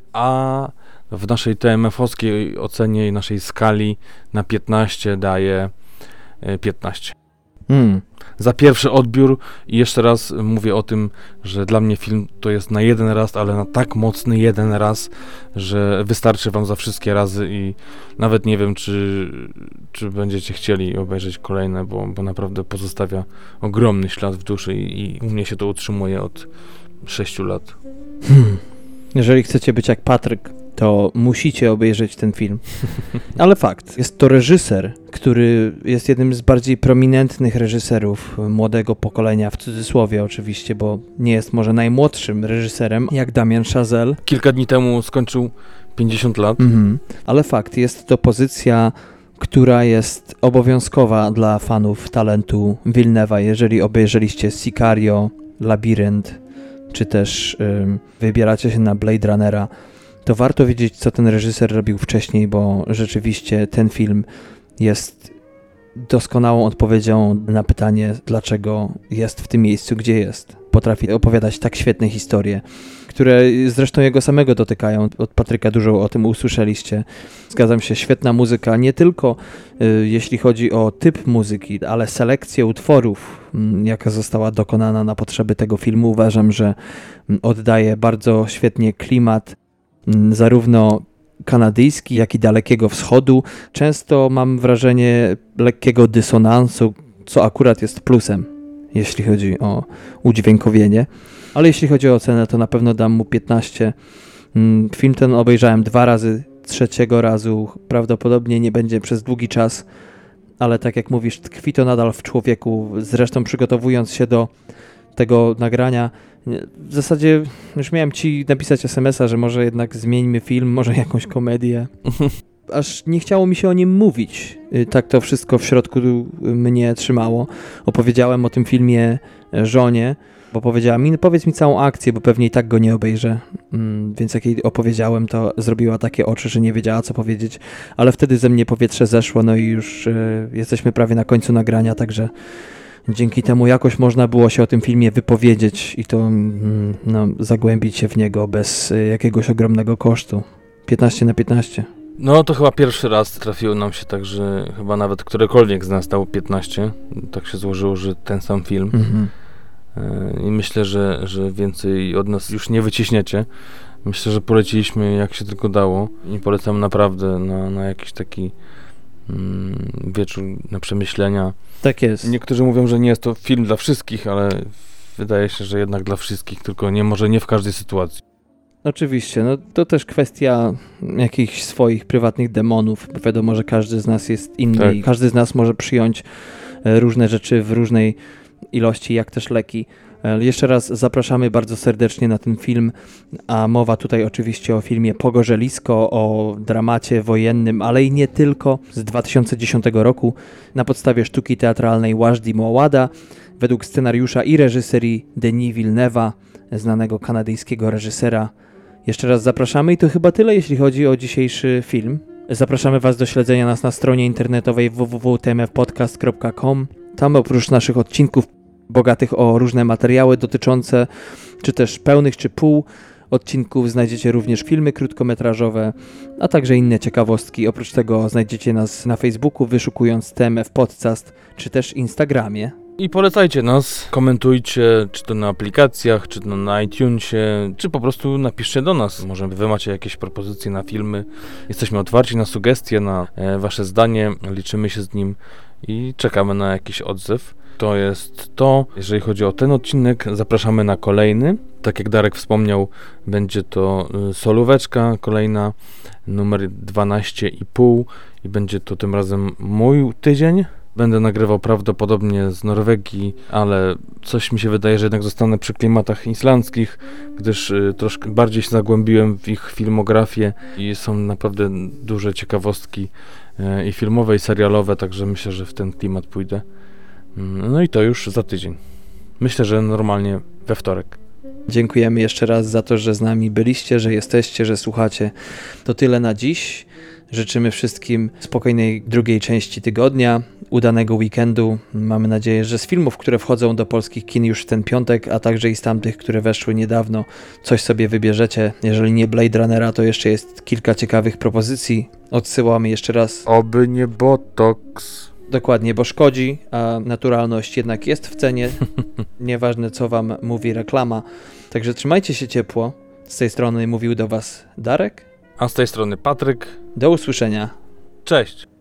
A w naszej T M F-owskiej ocenie i naszej skali na piętnaście daje piętnaście. Hmm. Za pierwszy odbiór i jeszcze raz mówię o tym, że dla mnie film to jest na jeden raz, ale na tak mocny jeden raz, że wystarczy wam za wszystkie razy i nawet nie wiem, czy, czy będziecie chcieli obejrzeć kolejne, bo, bo naprawdę pozostawia ogromny ślad w duszy i, i u mnie się to utrzymuje od sześciu lat. Hmm. Jeżeli chcecie być jak Patryk, to musicie obejrzeć ten film. Ale fakt, jest to reżyser, który jest jednym z bardziej prominentnych reżyserów młodego pokolenia, w cudzysłowie oczywiście, bo nie jest może najmłodszym reżyserem, jak Damien Chazelle. Kilka dni temu skończył pięćdziesiąt lat. Mhm. Ale fakt, jest to pozycja, która jest obowiązkowa dla fanów talentu Villeneuve'a. Jeżeli obejrzeliście Sicario, Labirynt, czy też ym, wybieracie się na Blade Runnera, to warto wiedzieć, co ten reżyser robił wcześniej, bo rzeczywiście ten film jest doskonałą odpowiedzią na pytanie, dlaczego jest w tym miejscu, gdzie jest. Potrafi opowiadać tak świetne historie, które zresztą jego samego dotykają. Od Patryka dużo o tym usłyszeliście. Zgadzam się, świetna muzyka, nie tylko y, jeśli chodzi o typ muzyki, ale selekcję utworów, y, jaka została dokonana na potrzeby tego filmu. Uważam, że y, oddaje bardzo świetnie klimat zarówno kanadyjski, jak i Dalekiego Wschodu. Często mam wrażenie lekkiego dysonansu, co akurat jest plusem, jeśli chodzi o udźwiękowienie. Ale jeśli chodzi o ocenę, to na pewno dam mu piętnaście. Film ten obejrzałem dwa razy, trzeciego razu prawdopodobnie nie będzie przez długi czas, ale tak jak mówisz, tkwi to nadal w człowieku. Zresztą przygotowując się do tego nagrania, w zasadzie już miałem ci napisać es em es a, że może jednak zmieńmy film, może jakąś komedię. Aż nie chciało mi się o nim mówić. Tak to wszystko w środku mnie trzymało. Opowiedziałem o tym filmie żonie, bo powiedziała mi, no powiedz mi całą akcję, bo pewnie i tak go nie obejrzę. Więc jak jej opowiedziałem, to zrobiła takie oczy, że nie wiedziała, co powiedzieć. Ale wtedy ze mnie powietrze zeszło, no i już y, jesteśmy prawie na końcu nagrania, także dzięki temu jakoś można było się o tym filmie wypowiedzieć i to no, zagłębić się w niego bez jakiegoś ogromnego kosztu. piętnaście na piętnaście. No to chyba pierwszy raz trafiło nam się tak, że chyba nawet którekolwiek z nas dało piętnaście. Tak się złożyło, że ten sam film. Mhm. I myślę, że, że więcej od nas już nie wyciśniecie. Myślę, że poleciliśmy jak się tylko dało i polecam naprawdę na, na jakiś taki mm, wieczór na przemyślenia. Tak jest. Niektórzy mówią, że nie jest to film dla wszystkich, ale wydaje się, że jednak dla wszystkich, tylko nie może nie w każdej sytuacji. Oczywiście, no to też kwestia jakichś swoich prywatnych demonów. Wiadomo, że każdy z nas jest inny tak. I każdy z nas może przyjąć różne rzeczy w różnej ilości, jak też leki. Jeszcze raz zapraszamy bardzo serdecznie na ten film, a mowa tutaj oczywiście o filmie Pogorzelisko, o dramacie wojennym, ale i nie tylko, z dwa tysiące dziesiątego roku, na podstawie sztuki teatralnej Wajdi Mowada, według scenariusza i reżyserii Denis Villeneuve'a, znanego kanadyjskiego reżysera. Jeszcze raz zapraszamy i to chyba tyle, jeśli chodzi o dzisiejszy film. Zapraszamy Was do śledzenia nas na stronie internetowej w w w kropka t m f podcast kropka com. Tam oprócz naszych odcinków bogatych o różne materiały dotyczące czy też pełnych, czy pół odcinków znajdziecie również filmy krótkometrażowe, a także inne ciekawostki. Oprócz tego znajdziecie nas na Facebooku, wyszukując T M F Podcast, czy też Instagramie. I polecajcie nas, komentujcie, czy to na aplikacjach, czy to na iTunesie, czy po prostu napiszcie do nas. Może wy macie jakieś propozycje na filmy. Jesteśmy otwarci na sugestie, na e, wasze zdanie, liczymy się z nim i czekamy na jakiś odzew. To jest to, jeżeli chodzi o ten odcinek, zapraszamy na kolejny. Tak jak Darek wspomniał, będzie to solóweczka kolejna, numer dwanaście i pół i będzie to tym razem mój tydzień. Będę nagrywał prawdopodobnie z Norwegii, ale coś mi się wydaje, że jednak zostanę przy klimatach islandzkich, gdyż y, troszkę bardziej się zagłębiłem w ich filmografię i są naprawdę duże ciekawostki y, i filmowe, i serialowe, także myślę, że w ten klimat pójdę. No i to już za tydzień. Myślę, że normalnie we wtorek. Dziękujemy jeszcze raz za to, że z nami byliście, że jesteście, że słuchacie. To tyle na dziś. Życzymy wszystkim spokojnej drugiej części tygodnia, udanego weekendu. Mamy nadzieję, że z filmów, które wchodzą do polskich kin już w ten piątek, a także i z tamtych, które weszły niedawno, coś sobie wybierzecie. Jeżeli nie Blade Runnera, to jeszcze jest kilka ciekawych propozycji. Odsyłamy jeszcze raz. Oby nie Botox. Dokładnie, bo szkodzi, a naturalność jednak jest w cenie. Nieważne, co wam mówi reklama. Także trzymajcie się ciepło. Z tej strony mówił do was Darek. A z tej strony Patryk. Do usłyszenia. Cześć.